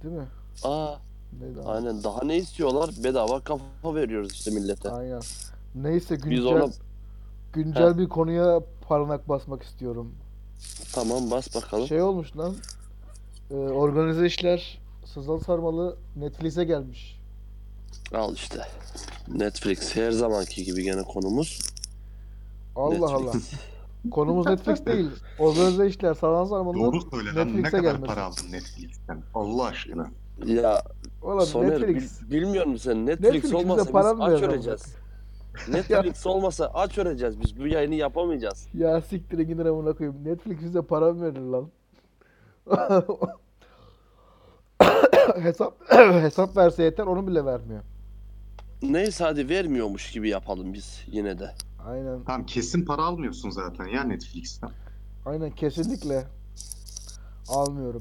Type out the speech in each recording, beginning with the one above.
değil mi? Aa, Bedava. aynen, daha ne istiyorlar? Bedava kafa veriyoruz işte millete. Aynen. Neyse Biz güncel ona heh, güncel bir konuya parmak basmak istiyorum. tamam, bas bakalım. Şey olmuş lan. Organize işler Sızal Sarmalı Netflix'e gelmiş. Al işte. Netflix her zamanki gibi gene konumuz. Allah Allah. Netflix. Konumuz Netflix değil. Organize işler Sızal Sarmalı'nın Doğru söyle lan, ne Netflix'e kadar gelmesi. para aldın Netflix'ten? Allah aşkına. Ya Oğlum Soner, Netflix. bilmiyor musun sen? Netflix Netflix bize olmasa biz para mı aç verir amına öleceğiz. koyayım? Ya, Netflix olmasa aç öleceğiz. Biz bu yayını yapamayacağız. ya siktir gidin amına koyayım. Netflix bize para mı verir lan? Hesap hesap verse yeter onu bile vermiyor. Neyse, hadi vermiyormuş gibi yapalım biz yine de. Aynen. Tamam, kesin para almıyorsun zaten ya Netflix'ten. Aynen kesinlikle almıyorum.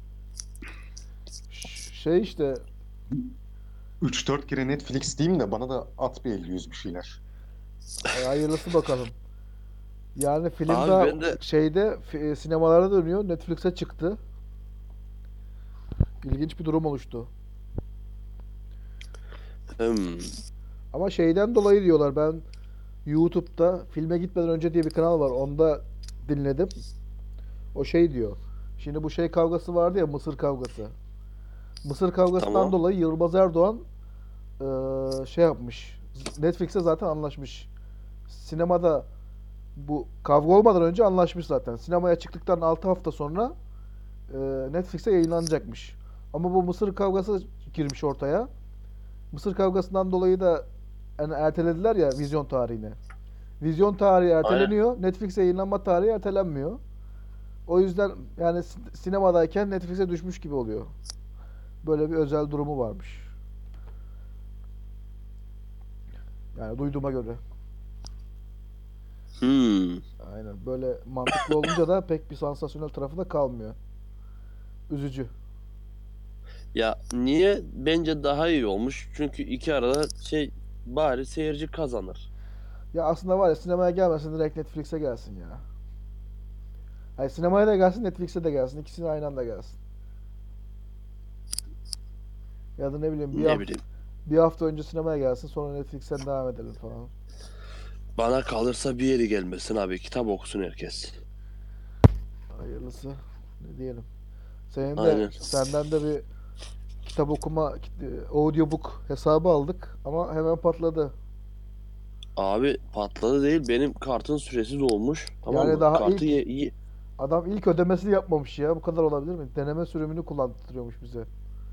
Şey işte 3-4 kere Netflix diyeyim de bana da at bir 50-100 bir şeyler. hayırlısı bakalım. Yani film Abi daha ben de şeyde sinemalarda dönüyor. Netflix'e çıktı. İlginç bir durum oluştu. hmm, Ama şeyden dolayı diyorlar ben YouTube'da filme gitmeden önce diye bir kanal var. Onda dinledim. O şey diyor. Şimdi bu şey kavgası vardı ya Mısır kavgası. Mısır kavgasından tamam. dolayı Yılmaz Erdoğan şey yapmış. Netflix'e zaten anlaşmış. Sinemada bu kavga olmadan önce anlaşmış zaten. Sinemaya çıktıktan 6 hafta sonra Netflix'e yayınlanacakmış. Ama bu Mısır kavgası girmiş ortaya. Mısır kavgasından dolayı da yani ertelediler ya vizyon tarihini. Vizyon tarihi Aynen. erteleniyor. Netflix'e yayınlanma tarihi ertelenmiyor. O yüzden yani sinemadayken Netflix'e düşmüş gibi oluyor. Böyle bir özel durumu varmış. Yani duyduğuma göre. Hmm. Aynen. Böyle mantıklı olunca da pek bir sansasyonel tarafı da kalmıyor. Üzücü. Ya niye? Bence daha iyi olmuş. Çünkü iki arada bari seyirci kazanır. Ya aslında var ya sinemaya gelmesin direkt Netflix'e gelsin ya. Hayır sinemaya da gelsin Netflix'e de gelsin. İkisini aynı anda gelsin. Ya da ne bileyim Ne bileyim. bir hafta önce sinemaya gelsin sonra Netflix'ten devam edelim falan. Bana kalırsa bir yeri gelmesin abi. Kitap okusun herkes. Hayırlısı. Ne diyelim. Senin de Aynen. senden de bir kitap okuma audiobook hesabı aldık ama hemen patladı. Abi patladı değil. Benim kartın süresi dolmuş. Tamam Yani mı? daha Kartı ilk adam ilk ödemesini yapmamış ya. Bu kadar olabilir mi? Deneme sürümünü kullandırıyormuş bize.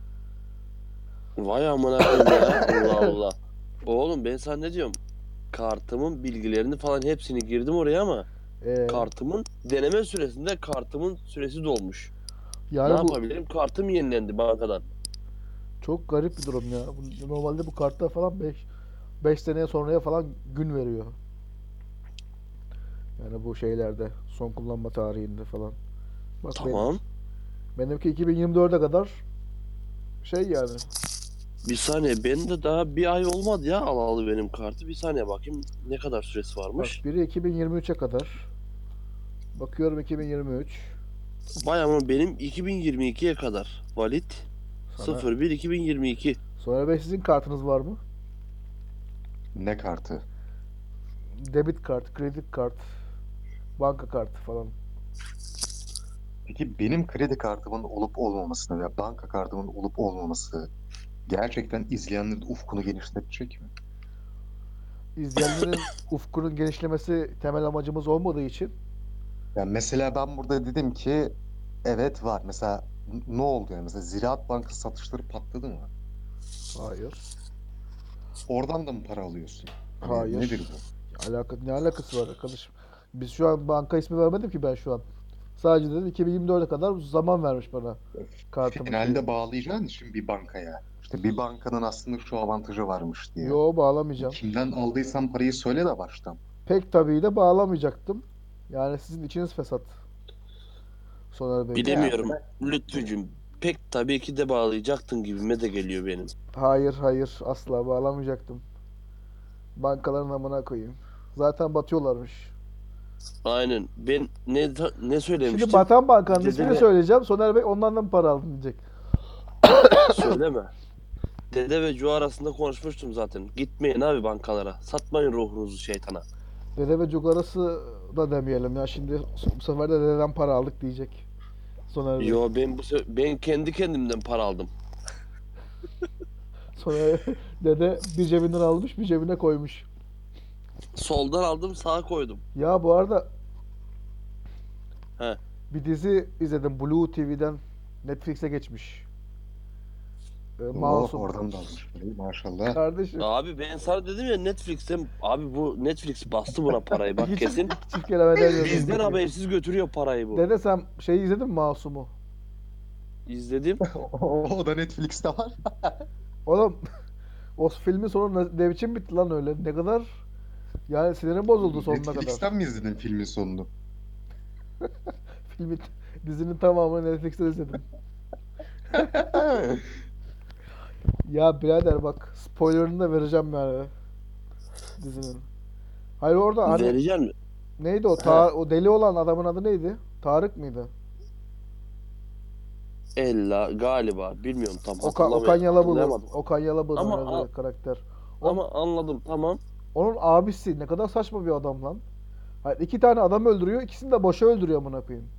Vay amına koyayım ya. Allah Allah. Oğlum ben sana ne diyorum? Kartımın bilgilerini falan hepsini girdim oraya ama Ee, kartımın deneme süresinde kartımın süresi dolmuş. Ne yani bu yapabilirim? Kartım yenilendi bankadan. çok garip bir durum ya. Normalde bu kartlar falan 5 seneye sonraya falan gün veriyor. Yani bu şeylerde son kullanma tarihinde falan. Bak Tamam. benimki 2024'e kadar şey yani. Bir saniye, ben de daha bir ay olmadı ya alalı benim kartı. Bir saniye bakayım ne kadar süresi Bak varmış. biri 2023'e kadar. Bakıyorum 2023. Vay ama benim 2022'ye kadar valid. Sana 01-2022. Soner Bey sizin kartınız var mı? Ne kartı? Debit kart, kredi kart, banka kartı falan. Peki benim kredi kartımın olup olmamasına veya banka kartımın olup olmaması gerçekten izleyenlerin ufkunu genişletecek mi? İzleyenlerin ufkunun genişlemesi temel amacımız olmadığı için Yani mesela ben burada dedim ki evet var. Mesela ne oldu yani? Mesela Ziraat Bankası satışları patladı mı? hayır. Oradan da mı para alıyorsun? Hani Hayır. nedir bu? Ne alakası var arkadaşım? Biz şu an banka ismi vermedim ki ben şu an. Sadece dedim 2024'e kadar zaman vermiş bana kartımın şeyi. Finalde bağlayacağın için bir bankaya. İşte bir bankanın aslında şu avantajı varmış diye. Yo bağlamayacağım. Kimden aldıysan parayı söyle de baştan. Pek tabii de bağlamayacaktım. Yani sizin içiniz fesat Soner Bey. Ya Bilemiyorum bırak. Lütfücüm. Pek tabii ki de bağlayacaktın gibime de geliyor benim. Hayır hayır asla bağlamayacaktım. Bankaların amına koyayım. Zaten batıyorlarmış. Aynen. Ben ne Şimdi söylemiştim? batan bankanın ismini Dedeme söyleyeceğim. Soner Bey ondan da mı para aldın diyecek. Söyleme. Dede ve Cu arasında konuşmuştum zaten. Gitmeyin abi bankalara. Satmayın ruhunuzu şeytana. Dede ve Cuk arası da demeyelim ya. Şimdi bu sefer de dededen para aldık diyecek. Soner Bey. Yo ben kendi kendimden para aldım. Sonra dede bir cebinden almış bir cebine koymuş. Soldan aldım sağa koydum. Ya bu arada He. bir dizi izledim. Blue TV'den Netflix'e geçmiş. Oh, Masum. oradan da almış parayı maşallah. Kardeşim. Abi ben sana dedim ya Netflix'ten abi bu Netflix bastı buna parayı bak İki kesin. çift kere ben de Bizden habersiz götürüyor parayı bu. Dede sen şeyi izledin mi Masum'u? İzledim. O da Netflix'te var. Oğlum o filmin sonu ne biçim bitti lan öyle? Ne kadar yani sinirim bozuldu sonuna kadar. Netflix'ten mi izledin filmin sonunu? Filmin, dizinin tamamını Netflix'te izledim. Ya birader bak spoilerını da vereceğim yani dizinin. Hayır orada hani Vereceğim mi? neydi o? O deli olan adamın adı neydi? Tarık mıydı? Ella galiba bilmiyorum tam Okan Yalabulu. hatırlayamadım. Okan Yalabulu Ama oynadığı karakter. ama anladım tamam. Onun abisi ne kadar saçma bir adam lan. Hayır, iki tane adam öldürüyor, ikisini de boşa öldürüyor amına koyayım.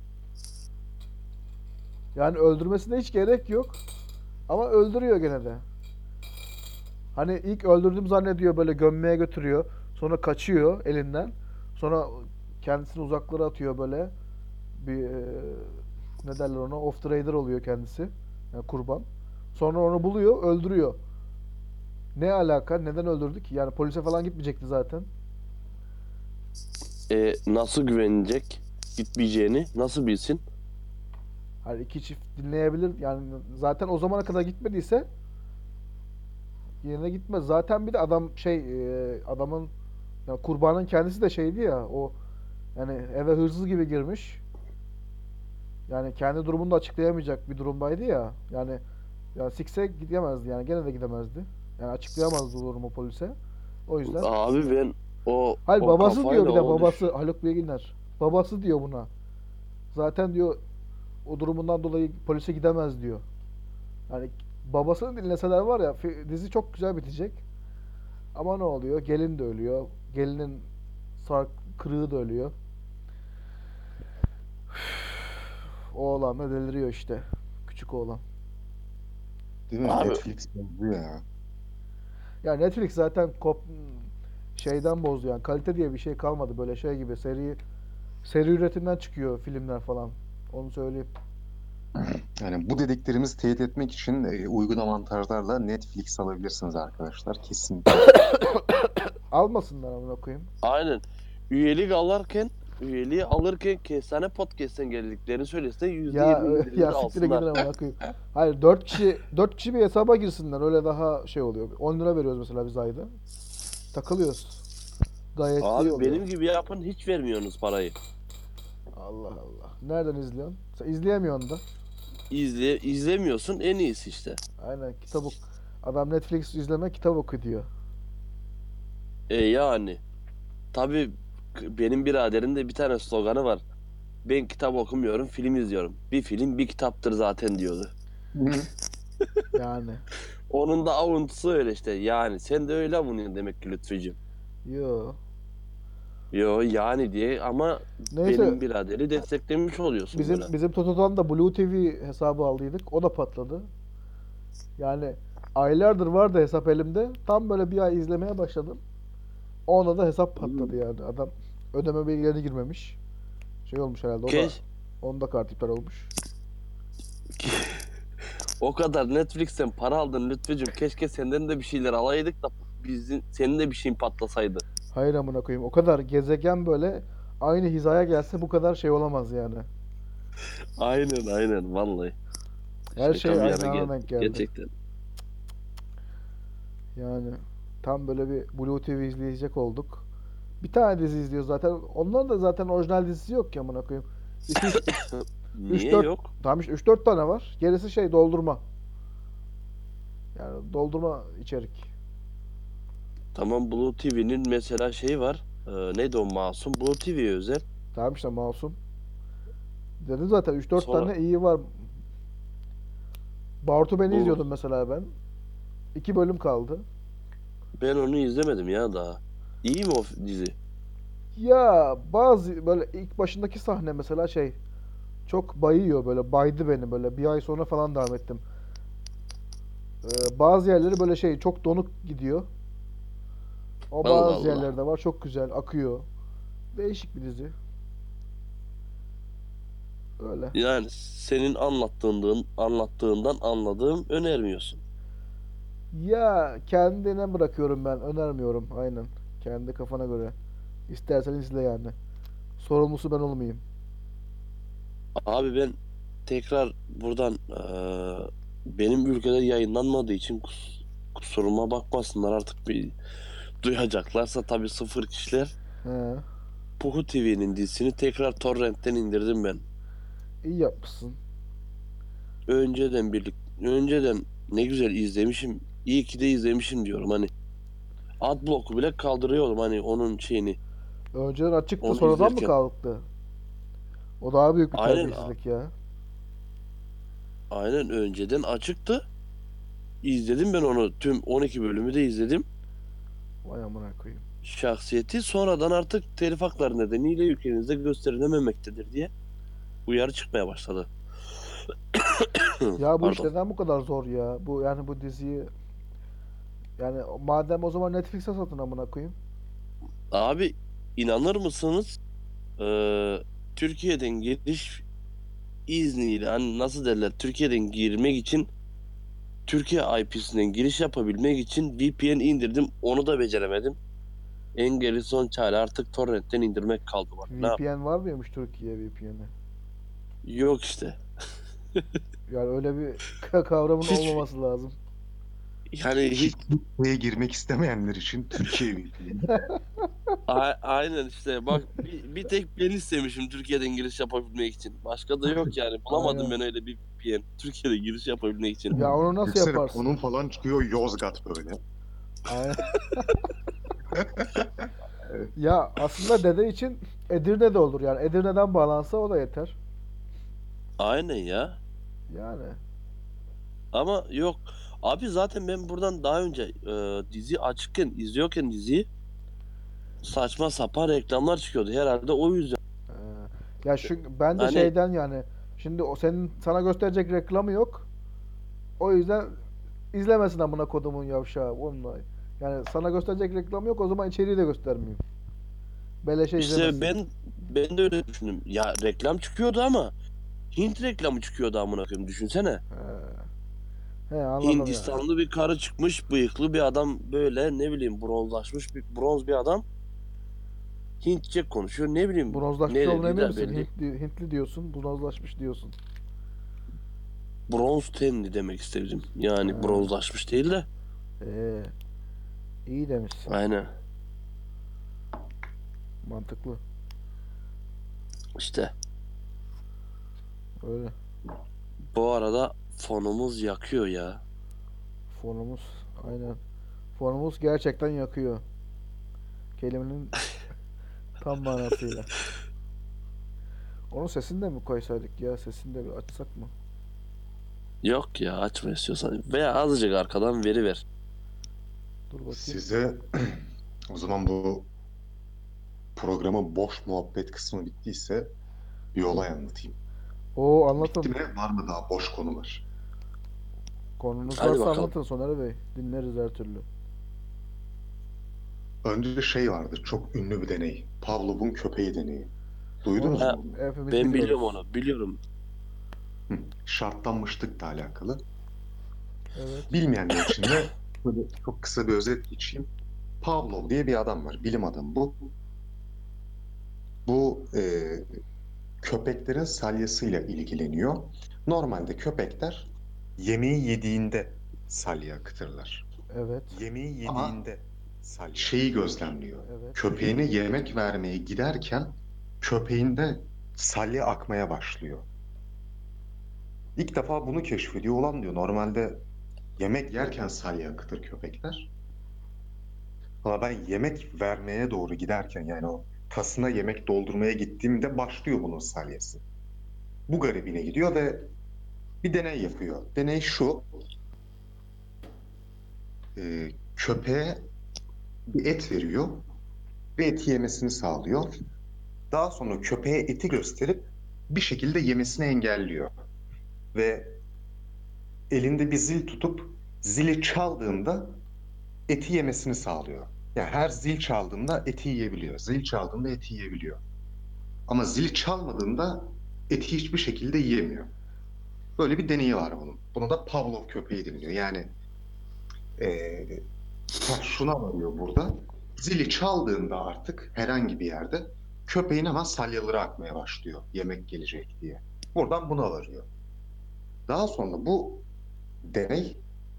Yani öldürmesine hiç gerek yok. Ama öldürüyor gene de. Hani ilk öldürdüm zannediyor böyle gömmeye götürüyor. Sonra kaçıyor elinden. Sonra kendisini uzaklara atıyor böyle. Bir ne derler ona? Off the radar oluyor kendisi. Yani kurban. Sonra onu buluyor, öldürüyor. Ne alaka? Neden öldürdük? Yani polise falan gitmeyecekti zaten. Nasıl güvenecek gitmeyeceğini nasıl bilsin? Hani iki çift dinleyebilir. Yani zaten o zamana kadar gitmediyse yerine gitmez. Zaten bir de adam adamın yani kurbanın kendisi de şeydi ya o yani eve hırsız gibi girmiş. Yani kendi durumunu da açıklayamayacak bir durumdaydı ya. Yani Six'e gidemezdi yani gene de gidemezdi. Yani açıklayamazdı durumu polise. O yüzden. Abi ben Hayır o babası diyor kafayla bir de ona babası Haluk Bilginer. Babası diyor buna. Zaten diyor o durumundan dolayı polise gidemez diyor. Yani babasını dinleseler var ya dizi çok güzel bitecek. Ama ne oluyor? Gelin de ölüyor. Gelinin sar kırığı da ölüyor. Oğlan da deliriyor işte. Küçük oğlan. Değil mi? Abi Netflix bozuyor ya. Ya Netflix zaten şeyden bozdu yani. Kalite diye bir şey kalmadı. Böyle şey gibi seri üretimden çıkıyor filmler falan. Onu söyleyeyim. Yani bu dediklerimizi teyit etmek için uygun avantajlarla Netflix alabilirsiniz arkadaşlar. Kesinlikle. Almasınlar amına koyayım. aynen. Üyeliği alırken Kestane Podcast'ten geldiklerini söylese Ya %20 indirimde ya siktir gidin alsınlar. amına koyayım. Hayır 4 kişi bir hesaba girsinler. Öyle daha şey oluyor. 10 lira veriyoruz mesela biz ayda. Takılıyoruz. Gayet de iyi Abi oluyor. benim gibi yapın hiç vermiyorsunuz parayı. Allah Allah. Nereden izliyorsun? Sen izleyemiyorsun da. İzlemiyorsun en iyisi işte. Aynen kitap Adam Netflix izleme kitap oku diyor. Yani tabii benim biraderin de bir tane sloganı var. Ben kitap okumuyorum, film izliyorum. Bir film bir kitaptır zaten diyordu. Yani. Onun da avuntusu öyle işte. Yani sen de öyle avunuyorsun demek ki Lütfücüğüm. Yo. Yo yani diye ama Neyse benim biraderi desteklemiş oluyorsun böyle. bizim Toto'dan da Blue TV hesabı aldıydık. O da patladı. Yani aylardır vardı hesap elimde. Tam böyle bir ay izlemeye başladım. Onda da hesap patladı yani. Adam ödeme bilgilerini girmemiş. Şey olmuş herhalde. Keş, Onda kart iptal olmuş. o kadar Netflix'ten para aldın Lütfücüğüm. Keşke senden de bir şeyler alaydık da senin de bir şeyin patlasaydı. Hayır amına koyayım. O kadar gezegen böyle aynı hizaya gelse bu kadar şey olamaz yani. Aynen vallahi. Her Şaka şey bir aynı yana ana geldi. denk geldi. Gerçekten. Yani tam böyle bir Blue TV izleyecek olduk. Bir tane dizi izliyoruz zaten. Onların da zaten orijinal dizisi yok ki amına koyayım. 3 Niye 4 yok? tamam işte 3-4 tane var. Gerisi şey doldurma. Yani doldurma içerik. Tamam Blue TV'nin mesela şey var. Neydi o Masum? Blue TV'ye özel. Tamam işte Masum. Dedim zaten 3-4 Sonra tane iyi var. Bartu Ben'i Bu izliyordum mesela ben. 2 bölüm kaldı. ben onu izlemedim ya daha. İyi mi o dizi? Ya bazı böyle ilk başındaki sahne mesela şey çok bayıyor, böyle baydı beni, böyle bir ay sonra falan devam ettim. Bazı yerleri böyle şey çok donuk gidiyor. O Allah bazı Allah. yerlerde var, çok güzel akıyor. Değişik bir dizi. Öyle. Yani senin anlattığından anladığım önermiyorsun. Ya kendine bırakıyorum, ben önermiyorum, aynen. Kendi kafana göre. İstersen izle yani. Sorumlusu ben olmayayım. Abi ben tekrar buradan benim ülkede yayınlanmadığı için kusuruma bakmasınlar artık, bir duyacaklarsa tabii sıfır kişiler. He, Puhu TV'nin dizisini tekrar torrentten indirdim ben. iyi yapmışsın. Önceden ne güzel izlemişim. İyi ki de izlemişim diyorum hani. Adblock'u bile kaldırıyordum hani onun şeyini. Önceden açıktı, Onu sonradan mı izlerken. kalktı? O daha büyük bir Aynen terbiyesizlik ya. aynen önceden açıktı. İzledim ben onu. Tüm 12 bölümü de izledim. Vay amına koyayım. Şahsiyeti sonradan artık telif hakları nedeniyle ülkenizde gösterilememektedir diye uyarı çıkmaya başladı. Ya bu iş Pardon. neden bu kadar zor ya? Bu yani bu diziyi, yani madem o zaman Netflix'e satın amına koyayım. Abi inanır mısınız? Ee, Türkiye'den giriş izniyle hani nasıl derler, Türkiye'den girmek için, Türkiye IP'sinden giriş yapabilmek için VPN indirdim. Onu da beceremedim. En geri son çare artık torrentten indirmek kaldı bana. Ne yap? VPN var mıymış Türkiye VPN'i? Yok işte. Yani öyle bir kavramın Hiç olmaması lazım. yani Hiç Türkiye'ye girmek istemeyenler için Türkiye VPN. aynen işte bak, bir tek ben istemişim Türkiye'den giriş yapabilmek için. Başka da yok yani. Bulamadım Aynen. ben öyle bir VPN. Türkiye'de giriş yapabilmek için. Ya onu nasıl Yüksene yaparsın? konum falan çıkıyor Yozgat böyle. Aynen. Ya aslında dede için Edirne'de olur yani. Edirne'den bağlansa o da yeter. Aynen ya. Yani. Ama yok. Abi zaten ben buradan daha önce dizi açıkken, izliyorken diziyi, saçma sapan reklamlar çıkıyordu. Herhalde o yüzden. Ya şu ben de Hani şeyden yani, şimdi o senin sana gösterecek reklamı yok. O yüzden izlemesin amına kodumun yavşağı onunla. Yani sana gösterecek reklam yok, o zaman içeriği de göstermeyeyim. Beleşe işte izlemesin. ben de öyle düşündüm. Ya reklam çıkıyordu ama Hint reklamı çıkıyordu amına koyayım, düşünsene. He anladım ya. Hindistanlı bir karı çıkmış, bıyıklı bir adam, böyle ne bileyim bronzlaşmış bir bronz bir adam, Hintçe konuşuyor, ne bileyim Bronzlaşmış olduğuna nereli emin de misin? belli. Hintli diyorsun, bronzlaşmış diyorsun. Bronz tenli demek istedim. Yani Ha, bronzlaşmış değil de. ee, iyi demişsin. Aynen. Mantıklı. İşte Öyle. bu arada fonumuz yakıyor ya. Fonumuz, aynen. Fonumuz gerçekten yakıyor. Kelimenin tam manasıyla. Onun sesini de mi koysaydık ya? Sesini de bir açsak mı? Yok ya, açma istiyorsan. Veya azıcık arkadan veri ver. Dur bakayım. Size o zaman bu programın boş muhabbet kısmı bittiyse bir olay anlatayım. Oo, Bitti anlatın. mi? Var mı daha boş konular? Konunuz Hadi varsa bakalım. anlatın Soner Bey. Dinleriz her türlü. Önce şey vardı, çok ünlü bir deney. Pavlov'un köpeği deneyi. Duydunuz Ha, Onu mu onu? hepimiz ben biliyorum biliyoruz. onu. Biliyorum. Hı. Şartlanmışlıkla alakalı. Evet. Bilmeyenler için de böyle çok kısa bir özet geçeyim. Pavlov diye bir adam var, bilim adamı bu. Bu köpeklerin salyasıyla ilgileniyor. Normalde köpekler yemeği yediğinde salya akıtırlar. Evet. Yemeği Ama yediğinde salya şeyi gözlemliyor. Evet. Köpeğine yemek vermeye giderken köpeğinde salya akmaya başlıyor. İlk defa bunu keşfediyor. Ulan diyor, normalde yemek yerken salya akıtır köpekler. Ama ben yemek vermeye doğru giderken, yani o tasına yemek doldurmaya gittiğimde başlıyor bunun salyası. Bu garibine gidiyor ve bir deney yapıyor. Deney şu. Köpeğe bir et veriyor ve eti yemesini sağlıyor. Daha sonra köpeğe eti gösterip bir şekilde yemesini engelliyor. Ve elinde bir zil tutup zili çaldığında eti yemesini sağlıyor. Yani her zil çaldığında eti yiyebiliyor. Zil çaldığında eti yiyebiliyor. Ama zil çalmadığında eti hiçbir şekilde yiyemiyor. Böyle bir deneyi var bunun. Buna da Pavlov köpeği deniliyor. Yani eee şuna varıyor burada. Zili çaldığında artık herhangi bir yerde köpeğin hemen salyaları akmaya başlıyor. Yemek gelecek diye. Buradan buna varıyor. Daha sonra bu deney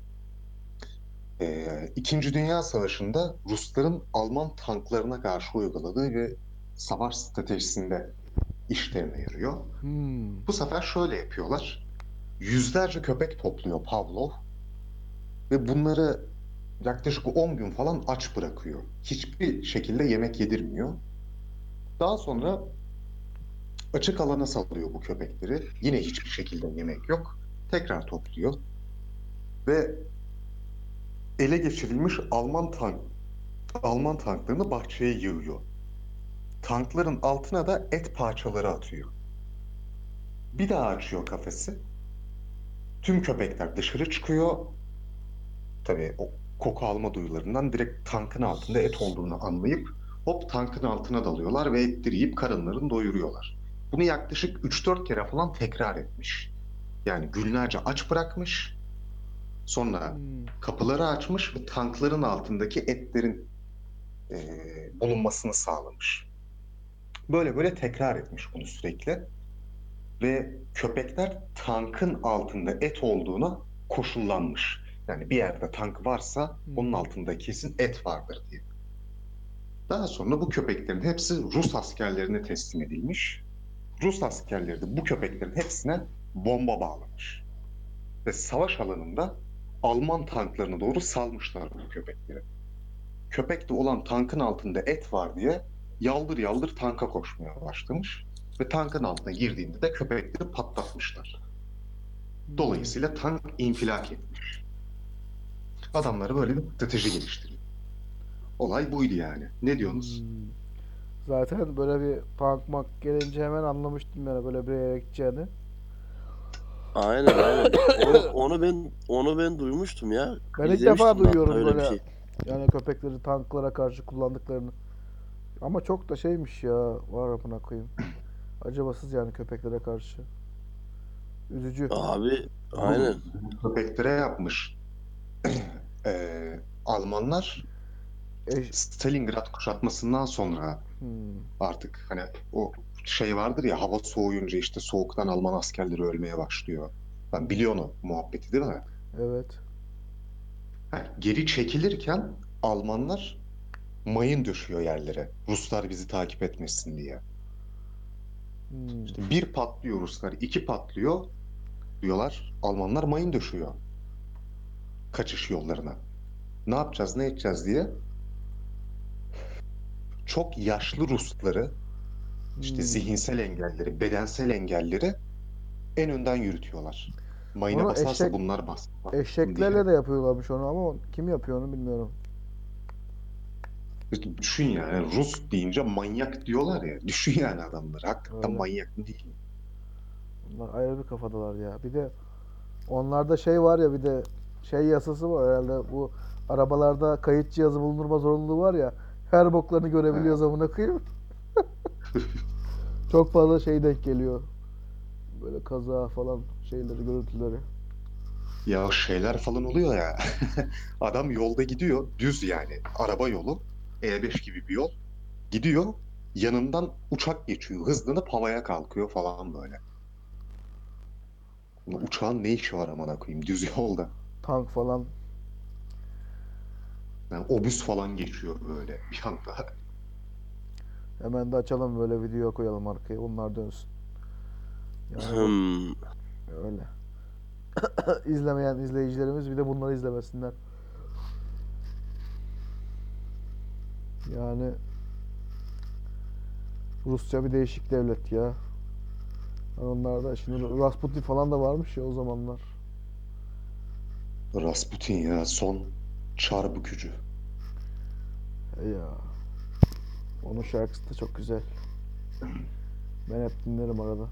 İkinci Dünya Savaşı'nda Rusların Alman tanklarına karşı uyguladığı bir savaş stratejisinde işlerine yarıyor. Hmm. Bu sefer şöyle yapıyorlar. Yüzlerce köpek topluyor Pavlov ve bunları yaklaşık 10 gün falan aç bırakıyor. Hiçbir şekilde yemek yedirmiyor. Daha sonra açık alana salıyor bu köpekleri. Yine hiçbir şekilde yemek yok. Tekrar topluyor ve ele geçirilmiş Alman tanklarını bahçeye yığıyor. Tankların altına da et parçaları atıyor. Bir daha açıyor kafesi. Tüm köpekler dışarı çıkıyor. Tabii o koku alma duyularından direkt tankın altında et olduğunu anlayıp hop tankın altına dalıyorlar ve etleri yiyip karınlarını doyuruyorlar. Bunu yaklaşık 3-4 kere falan tekrar etmiş. Yani günlerce aç bırakmış. Sonra Hmm. kapıları açmış ve tankların altındaki etlerin bulunmasını sağlamış. Böyle böyle tekrar etmiş bunu sürekli. Ve köpekler tankın altında et olduğuna koşullanmış. Yani bir yerde tank varsa Hı onun hı. altında kesin et vardır diye. Daha sonra bu köpeklerin hepsi Rus askerlerine teslim edilmiş. Rus askerleri de bu köpeklerin hepsine bomba bağlamış. Ve savaş alanında Alman tanklarına doğru salmışlar bu köpekleri. Köpekte olan tankın altında et var diye yaldır yaldır tanka koşmaya başlamış. Ve tankın altına girdiğinde de köpekleri patlatmışlar. Hmm. Dolayısıyla tank infilak etmiş. Adamları böyle bir strateji geliştiriyor. Olay buydu yani. Ne diyorsunuz? Hmm. Zaten böyle bir punk mak gelince hemen anlamıştım yani böyle bir yere gideceğini. Aynen aynen. Onu ben duymuştum ya. Ben ilk defa İzlemiştim de hatta duyuyorum öyle bir böyle şey. yani köpekleri tanklara karşı kullandıklarını. Ama çok da şeymiş ya var amına koyayım. Acımasız yani köpeklere karşı. Üzücü. Abi aynen. Oğlum köpeklere yapmış. Almanlar Eş... Stalingrad kuşatmasından sonra Hmm. artık hani o şey vardır ya hava soğuyunca işte soğuktan Alman askerleri ölmeye başlıyor. Hı Ben hı. biliyorsun o muhabbeti değil mi? Evet. Ha, geri çekilirken Almanlar mayın döşüyor yerlere. Ruslar bizi takip etmesin diye. Hmm. İşte bir patlıyor Ruslar, iki patlıyor diyorlar. Almanlar mayın döşüyor kaçış yollarına. Ne yapacağız, ne edeceğiz diye. Çok yaşlı Rusları, işte Hmm. zihinsel engelleri, bedensel engelleri en önden yürütüyorlar. Mayına Onu basarsa bunlar bassın eşeklerle diye. de yapıyorlarmış onu ama kim yapıyor onu bilmiyorum. İşte düşün yani Rus deyince manyak diyorlar ya. Düşün yani adamlar. Hakikaten Öyle. manyak mı değil mi? Bunlar ayrı bir kafadalar ya. Bir de onlarda şey var ya bir de şey yasası var herhalde bu arabalarda kayıt cihazı bulundurma zorunluluğu var ya. Her boklarını He. görebiliyoruz amına koyayım. Çok fazla şey denk geliyor. Böyle kaza falan şeyleri, görüntüleri. Ya şeyler falan oluyor ya. Adam yolda gidiyor. Düz yani. Araba yolu. E5 gibi bir yol. Gidiyor. Yanından uçak geçiyor. Hızlanıp havaya kalkıyor falan böyle. Uçağın ne işi var amına koyayım düz yolda. Tank falan. Yani obüs falan geçiyor böyle bir anda. Hemen de açalım böyle video koyalım arkaya. Onlar dönsün. Yani bu Hmm. öyle. İzlemeyen izleyicilerimiz bir de bunları izlemesinler. Yani Rusya bir değişik devlet ya. Onlarda şimdi Rasputin falan da varmış ya o zamanlar. Rasputin ya, son çar bükücü. Ya onun şarkısı da çok güzel. Ben hep dinlerim arada.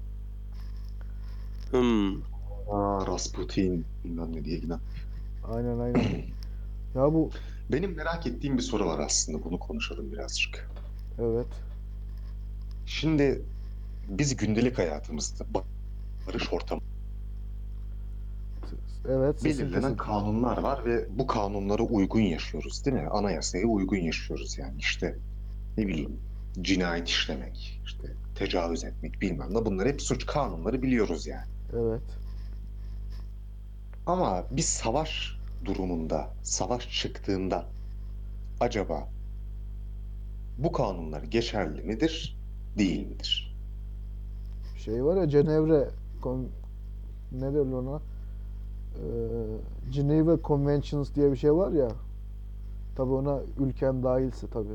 Hmm. Rasputin bilmem ne diye giden. Aynen aynen. Ya bu Benim merak ettiğim bir soru var aslında. Bunu konuşalım birazcık. evet. Şimdi biz gündelik hayatımızda barış ortamı Evet sesin belirlenen kesildi. kanunlar var ve bu kanunlara uygun yaşıyoruz, değil mi? Anayasaya uygun yaşıyoruz yani. İşte ne bileyim, cinayet işlemek, işte tecavüz etmek bilmem ne, bunlar hep suç, kanunları biliyoruz yani. Evet. Ama bir savaş durumunda, savaş çıktığında acaba bu kanunlar geçerli midir, değil midir? Şey var ya Cenevre ne derler ona? Geneva Conventions diye bir şey var ya. Tabii ona ülken dahilse tabii.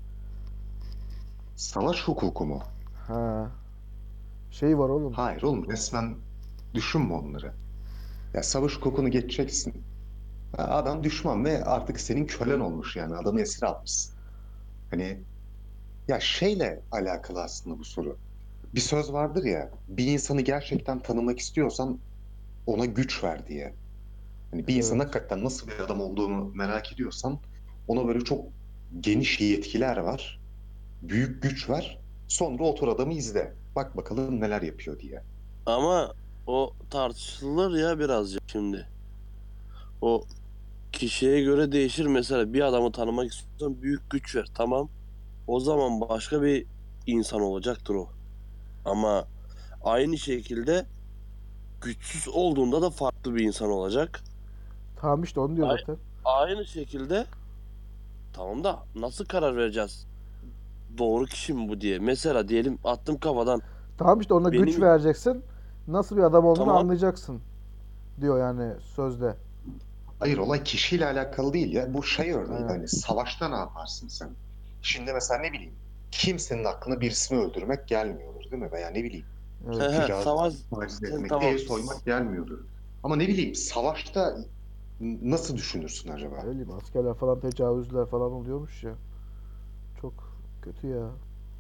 Savaş hukuku mu? Ha. Şey var oğlum. Hayır oğlum, resmen düşünme onları. Ya savaş hukukunu geçeceksin. Ha, adam düşman ve artık senin kölen olmuş, yani adamı esir almışsın. Hani ya şeyle alakalı aslında bu soru. Bir söz vardır ya, bir insanı gerçekten tanımak istiyorsan ona güç ver diye. Hani bir insanın Evet. hakikaten nasıl bir adam olduğunu merak ediyorsan ona böyle çok geniş yetkiler var, büyük güç ver, sonra otur adamı izle. Bak bakalım neler yapıyor diye. Ama o tartışılır ya birazcık şimdi. O kişiye göre değişir. Mesela bir adamı tanımak istiyorsan büyük güç ver. Tamam. O zaman başka bir insan olacaktır o. Ama aynı şekilde güçsüz olduğunda da farklı bir insan olacak. Tamam işte onu diyor A- zaten. Aynı şekilde tamam da nasıl karar vereceğiz? Doğru kişi mi bu diye. Mesela diyelim attım kafadan. Tamam işte ona güç Benim vereceksin. Nasıl bir adam olduğunu tamam anlayacaksın diyor yani sözde. Hayır, olay kişiyle alakalı değil ya. Bu şey örneği, Aynen. hani savaşta ne yaparsın sen? Şimdi mesela ne bileyim, kimsenin aklına birisini öldürmek gelmiyordur, değil mi? Veya ne bileyim, Evet. işte tecavüz, savaş taciz sen etmek, ev tamam. soymak gelmiyordur. Ama ne bileyim, savaşta nasıl düşünürsün Ne acaba? bileyim askerler falan tecavüzler falan oluyormuş ya. Çok kötü ya.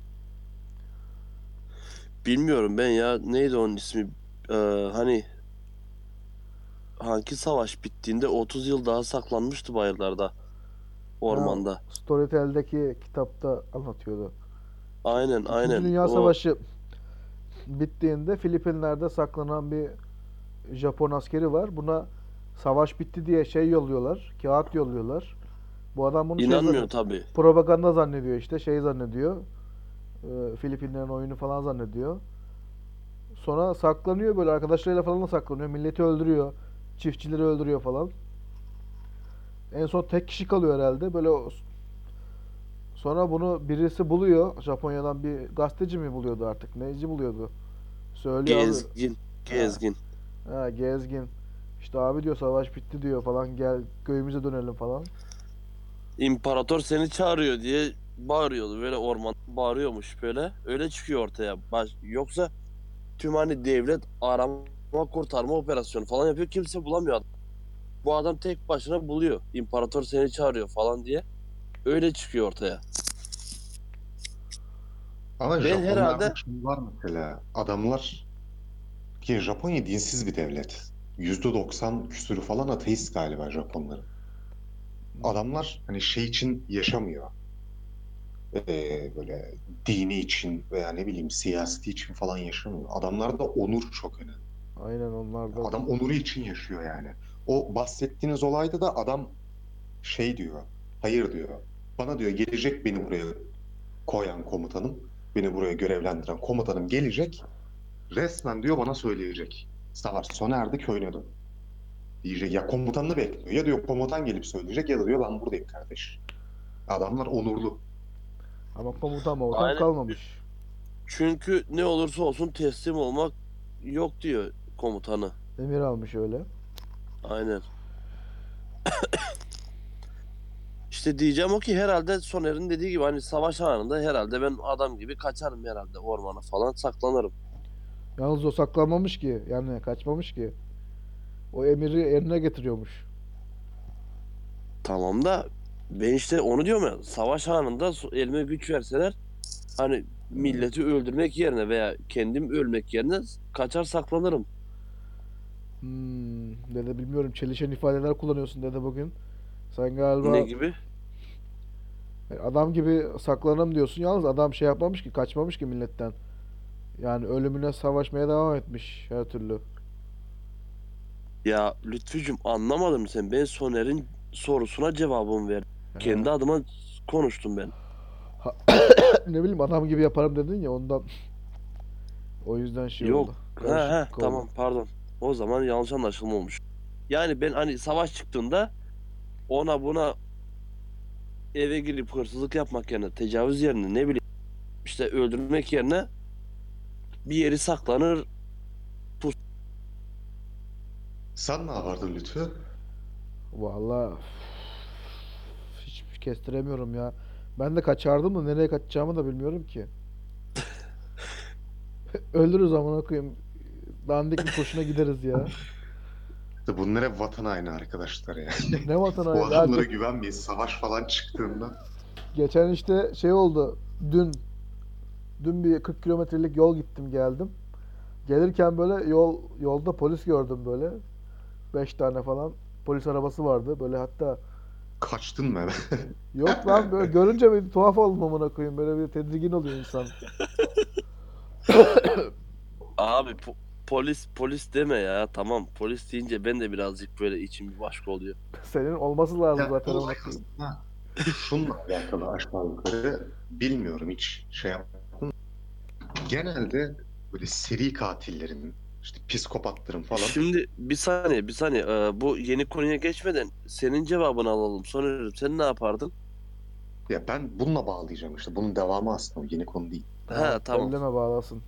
Bilmiyorum ben ya neydi onun ismi? Ee, hani hangi savaş bittiğinde 30 yıl daha saklanmıştı bayırlarda, Ha, ormanda. Storytel'deki kitapta anlatıyordu. Aynen İkinci aynen Dünya o Savaşı bittiğinde Filipinler'de saklanan bir Japon askeri var. Buna savaş bitti diye şey yolluyorlar. Kağıt yolluyorlar. Bu adam bunu şey inanmıyor zannediyor. tabii. Propaganda zannediyor işte. Şey zannediyor. Filipinlerin oyunu falan zannediyor. Sonra saklanıyor böyle arkadaşlarıyla falan da saklanıyor. Milleti öldürüyor. Çiftçileri öldürüyor falan. En son tek kişi kalıyor herhalde. Böyle sonra bunu birisi buluyor. Japonya'dan bir gazeteci mi buluyordu artık? Neyci buluyordu? Söylüyor abi. Gezgin, Ha, gezgin. ha, gezgin. İşte abi diyor savaş bitti diyor falan. Gel köyümüze dönelim falan. İmparator seni çağırıyor diye bağırıyordu. Böyle orman bağırıyormuş böyle. Öyle çıkıyor ortaya. Yoksa tüm hani devlet arama kurtarma operasyonu falan yapıyor. Kimse bulamıyor adam. Bu adam tek başına buluyor. İmparator seni çağırıyor falan diye. Öyle çıkıyor ortaya. Ama Ben Japonlarda herhalde şey var mesela. Adamlar, ki Japonya dinsiz bir devlet. %90 küsürü falan ateist galiba Japonların. Adamlar hani şey için yaşamıyor. Böyle dini için veya ne bileyim siyaseti için falan yaşamıyor. Adamlarda onur çok önemli. Aynen onlar da Adam onuru için yaşıyor yani. O bahsettiğiniz olayda da adam şey diyor. Hayır diyor. Bana diyor, gelecek beni buraya koyan komutanım. Beni buraya görevlendiren komutanım gelecek. Resmen diyor bana söyleyecek. Savaş sona erdi, köyüne dön. Diyecek ya, komutanını bekliyor. Ya diyor komutan gelip söyleyecek ya da diyor ben buradayım kardeş. Adamlar onurlu. ama komutan momutan aynen. kalmamış. Çünkü ne olursa olsun teslim olmak yok diyor komutanı. Emir almış öyle. Aynen. İşte diyeceğim o ki herhalde Soner'in dediği gibi hani savaş anında herhalde ben adam gibi kaçarım herhalde ormana falan saklanırım. Yalnız o saklanmamış ki. Yani kaçmamış ki. O emiri yerine getiriyormuş. Tamam da ben işte onu diyorum ya, savaş anında elime güç verseler hani milleti öldürmek yerine veya kendim ölmek yerine kaçar saklanırım. Dede bilmiyorum. Çelişen ifadeler kullanıyorsun dede bugün. Sen Ne galiba gibi? adam gibi saklanırım diyorsun. Yalnız adam şey yapmamış ki, kaçmamış ki milletten. Yani ölümüne savaşmaya devam etmiş her türlü. Ya Lütfücüm, anlamadım sen. Ben Soner'in sorusuna cevabımı verdim. He. Kendi adıma konuştum ben. Ha- ne bileyim adam gibi yaparım dedin ya ondan. O yüzden şey Yok. oldu. He he, Karışıklık oldu. tamam, pardon. O zaman yanlış anlaşılma olmuş. Yani ben hani savaş çıktığında ona buna eve girip hırsızlık yapmak yerine, tecavüz yerine, ne bileyim işte öldürmek yerine bir yeri saklanır. Sen ne yapardın Lütfü? Vallahi hiç kestiremiyorum ya. Ben de kaçardım da nereye kaçacağımı da bilmiyorum ki. Öldürürüz amına koyayım. Dandik bir kurşuna gideriz ya. İşte bunlar hep vatan haini arkadaşlar ya. Ne vatan Bu haini? Ya adamlara güvenmeyin. Savaş falan çıktığında. geçen işte şey oldu. Dün bir 40 kilometrelik yol gittim geldim. Gelirken böyle yolda polis gördüm böyle. 5 tane falan polis arabası vardı. Böyle hatta Kaçtın mı eve? yok lan böyle görünce bir tuhaf oldum amına koyayım. Böyle bir tedirgin oluyor insan. Abi polis deme ya. Tamam, polis deyince ben de birazcık böyle içim bir başka oluyor. Senin olması lazım Ya zaten amına olay koyayım. aslında şununla alakalı aşağı yukarı bilmiyorum hiç şey yapmadım. Genelde böyle seri katillerin, işte psikopatların falan Şimdi bir saniye. Bu yeni konuya geçmeden senin cevabını alalım. Sonra sen ne yapardın? ya ben bununla bağlayacağım işte. Bunun devamı aslında o yeni konu değil. Ha, Tamam, tamam. elleme bağlasın.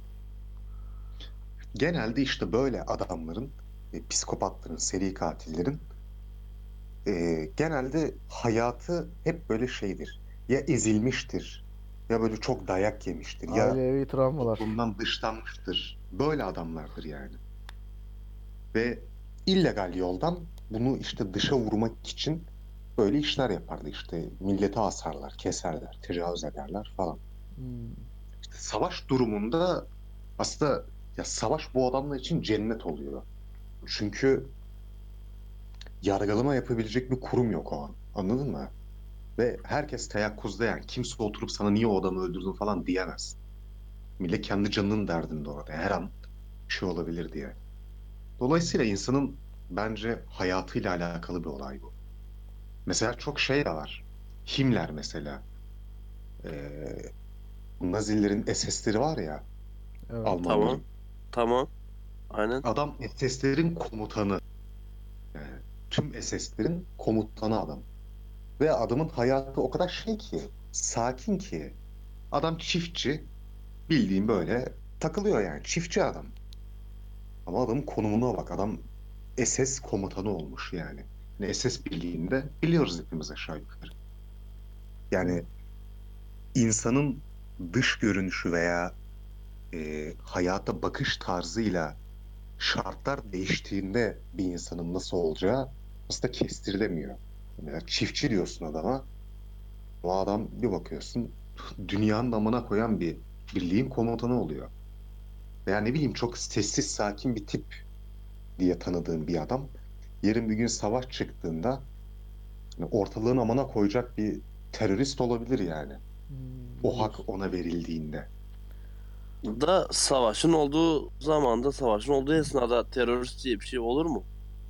Genelde işte böyle adamların, psikopatların, seri katillerin genelde hayatı hep böyle şeydir. Ya ezilmiştir, ya böyle çok dayak yemiştir, ya Ailevi travmalar. toplumdan dışlanmıştır. Böyle adamlardır yani. Ve illegal yoldan bunu işte dışa vurmak için böyle işler yapardı işte. Milleti asarlar, keserler, tecavüz ederler falan. Hmm. Savaş durumunda aslında ya savaş bu adamlar için cennet oluyor. Çünkü yargılama yapabilecek bir kurum yok o an. Anladın mı? Ve herkes teyakkuzda yani. Kimse oturup sana niye o adamı öldürdün falan diyemez. Millet kendi canının derdinde orada. Her an bir şey olabilir diye. Dolayısıyla insanın bence hayatıyla alakalı bir olay bu. Mesela çok şey de var. Himmler mesela. Ee, Nazilerin SS'leri var ya Evet. Tamam. Almanların. Tamam. Aynen. Adam SS'lerin komutanı. Yani tüm SS'lerin komutanı adam. Ve adamın hayatı o kadar şey ki, sakin ki. Adam çiftçi, bildiğin böyle takılıyor yani. Çiftçi adam. Ama adamın konumuna bak. Adam SS komutanı olmuş yani. Yani SS bildiğinde biliyoruz hepimiz aşağı yukarı. Hmm. Yani insanın dış görünüşü veya hayata bakış tarzıyla şartlar değiştiğinde bir insanın nasıl olacağı aslında kestirilemiyor. Mesela çiftçi diyorsun adama. O adam bir bakıyorsun dünyanın amına koyan bir birliğin komutanı oluyor. Veya ne bileyim çok sessiz sakin bir tip diye tanıdığım bir adam. Yarın bir gün savaş çıktığında hani ortalığın amına koyacak bir terörist olabilir yani. O Diyorsun. hak ona verildiğinde. Savaşın olduğu zamanda, savaşın olduğu esnada terörist diye bir şey olur mu?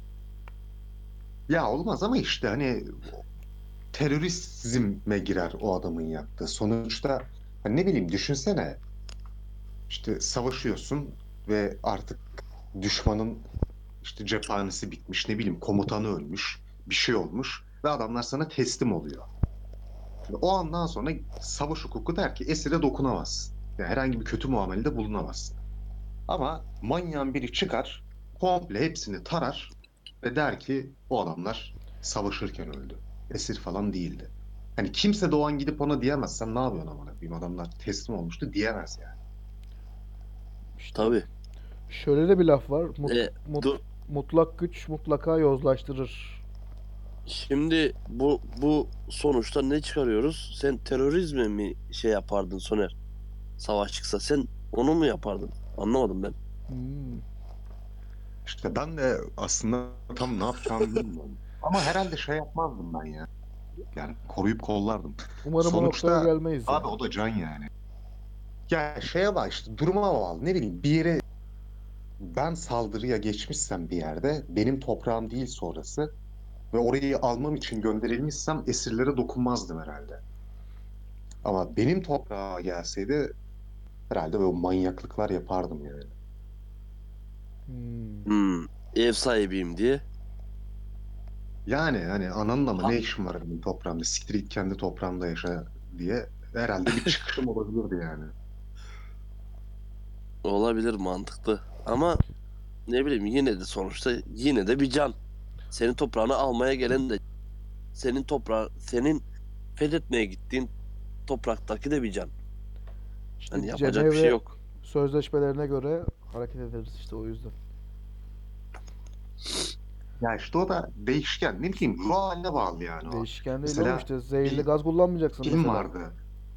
Ya olmaz ama işte hani terörizme girer o adamın yaptığı. Sonuçta hani ne bileyim düşünsene işte savaşıyorsun ve artık düşmanın işte cephanesi bitmiş ne bileyim komutanı ölmüş bir şey olmuş ve adamlar sana teslim oluyor. Şimdi o andan sonra savaş hukuku der ki esire dokunamazsın. Yani herhangi bir kötü muamelede bulunamazsın. Ama manyağın biri çıkar komple hepsini tarar ve der ki o adamlar savaşırken öldü. Esir falan değildi. Hani kimse de o an gidip ona diyemez. Sen ne yapıyorsun amına koyayım adamlar teslim olmuştu diyemez yani. İşte Tabii. şöyle de bir laf var. Dur. Mutlak güç mutlaka yozlaştırır. Şimdi bu sonuçta ne çıkarıyoruz? Sen terörizme mi şey yapardın Soner? Savaş çıksa sen onu mu yapardın? Anlamadım ben. Hmm. İşte ben de aslında tam ne yapacağımı bilmiyorum. Ama herhalde şey yapmazdım ben ya. Yani koruyup kollardım. Umarım o noktaya Sonuçta gelmeyiz abi ya. o da can yani. Ya şeye bak işte duruma bağlı. Ne bileyim bir yere ben saldırıya geçmişsem bir yerde benim toprağım değil sonrası ve orayı almam için gönderilmişsem esirlere dokunmazdım herhalde. Ama benim toprağa gelseydi herhalde böyle manyaklıklar yapardım yani. Hmm. Hmm, ev sahibiyim diye. Yani hani ananla mı Ha, ne işin var benim toprağımda siktir git kendi toprağımda yaşa diye herhalde bir çıkışım olabilirdi yani. olabilir, mantıklı. Ama ne bileyim, yine de sonuçta yine de bir can. Senin toprağını almaya gelen de senin fethetmeye gittiğin topraktaki de bir can. İşte Hani yapacak bir şey Cenevre yok. sözleşmelerine göre hareket ederiz işte o yüzden. Ya işte o da değişken. Ne bileyim ruh haline bağlı yani o. Değişken değil oğlum, Mesela işte zehirli bir gaz kullanmayacaksın film mesela. vardı.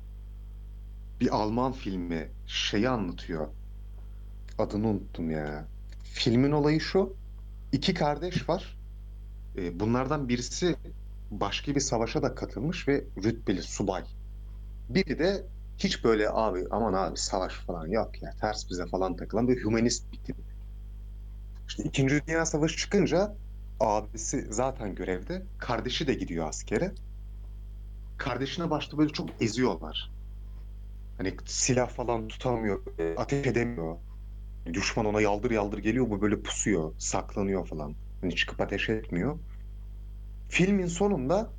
Bir Alman filmi şeyi anlatıyor. Adını unuttum ya. Filmin olayı şu. İki kardeş var. Bunlardan birisi başka bir savaşa da katılmış ve rütbeli subay. Biri de hiç böyle abi aman abi savaş falan yok ya ters bize falan takılan böyle hümanist bir tip. İşte İkinci Dünya Savaşı çıkınca abisi zaten görevde. Kardeşi de gidiyor askere. Kardeşine başta böyle çok eziyorlar. Hani silah falan tutamıyor, ateş edemiyor. Düşman ona yaldır yaldır geliyor, bu böyle pusuyor, saklanıyor falan. Hani çıkıp ateş etmiyor. Filmin sonunda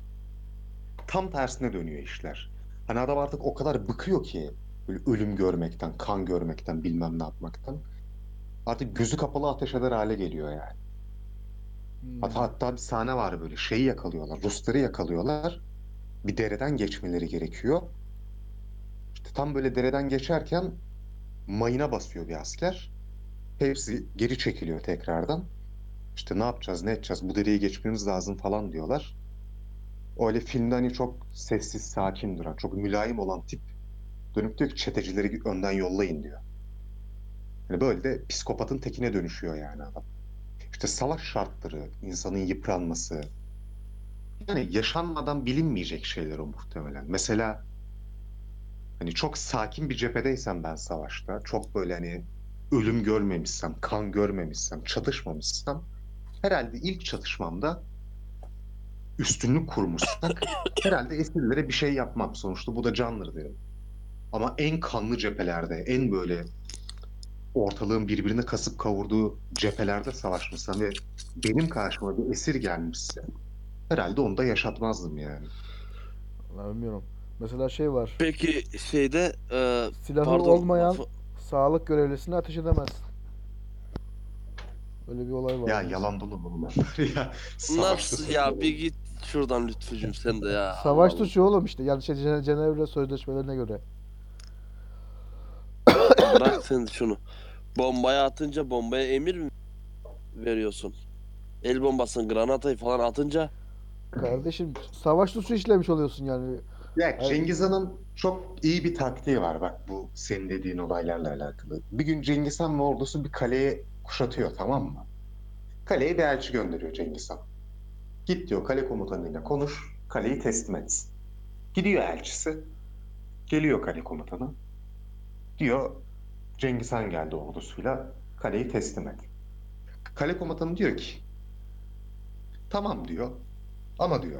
tam tersine dönüyor işler. Hani adam artık o kadar bıkıyor ki böyle ölüm görmekten, kan görmekten, bilmem ne yapmaktan. Artık gözü kapalı ateş eder hale geliyor yani. Hatta, Hmm. hatta bir sahne var böyle şeyi yakalıyorlar, Rusları yakalıyorlar. Bir dereden geçmeleri gerekiyor. İşte tam böyle dereden geçerken mayına basıyor bir asker. Hepsi geri çekiliyor tekrardan. İşte ne yapacağız, ne edeceğiz, bu dereyi geçmemiz lazım falan diyorlar. Öyle filmde hani çok sessiz, sakin duran, çok mülayim olan tip dönüp diyor ki çetecileri önden yollayın diyor. Yani böyle de psikopatın tekine dönüşüyor yani adam. İşte savaş şartları, insanın yıpranması, yani yaşanmadan bilinmeyecek şeyler o muhtemelen. Mesela hani çok sakin bir cephedeysem ben savaşta, çok böyle hani ölüm görmemişsem, kan görmemişsem, çatışmamışsam, herhalde ilk çatışmamda üstünlük kurmuşsak herhalde esirlere bir şey yapmam. Sonuçta bu da candır derim. Ama en kanlı cephelerde, en böyle ortalığın birbirine kasıp kavurduğu cephelerde savaşmışsam ve benim karşıma bir esir gelmişse herhalde onu da yaşatmazdım yani. Vallahi bilmiyorum. Mesela şey var. Peki şeyde Silahı pardon olmayan lafı, sağlık görevlisine ateş edemez. Öyle bir olay Ya vardı. yalan dolu bunlar ya. Savaşta nasıl ya, bir söylüyorum. git şuradan Lütfücüm sen de ya, Allah Savaş Allah. suçu oğlum işte. Yani şey, Cenevre sözleşmelerine göre. Bırak sen şunu. Bombaya atınca bombaya emir mi veriyorsun? El bombasını, granatayı falan atınca Kardeşim savaş suçu işlemiş oluyorsun yani. Ya Hayır, Cengiz Han'ın çok iyi bir taktiği var bak bu senin dediğin olaylarla alakalı. Bir gün Cengiz Han ve ordusu bir kaleye kuşatıyor tamam mı? Kaleye bir elçi gönderiyor Cengiz Han. Git diyor kale komutanıyla konuş, kaleyi teslim et. Gidiyor elçisi, geliyor kale komutanı. Diyor Cengiz Han geldi ordusuyla kaleyi teslim et. Kale komutanı diyor ki tamam diyor ama diyor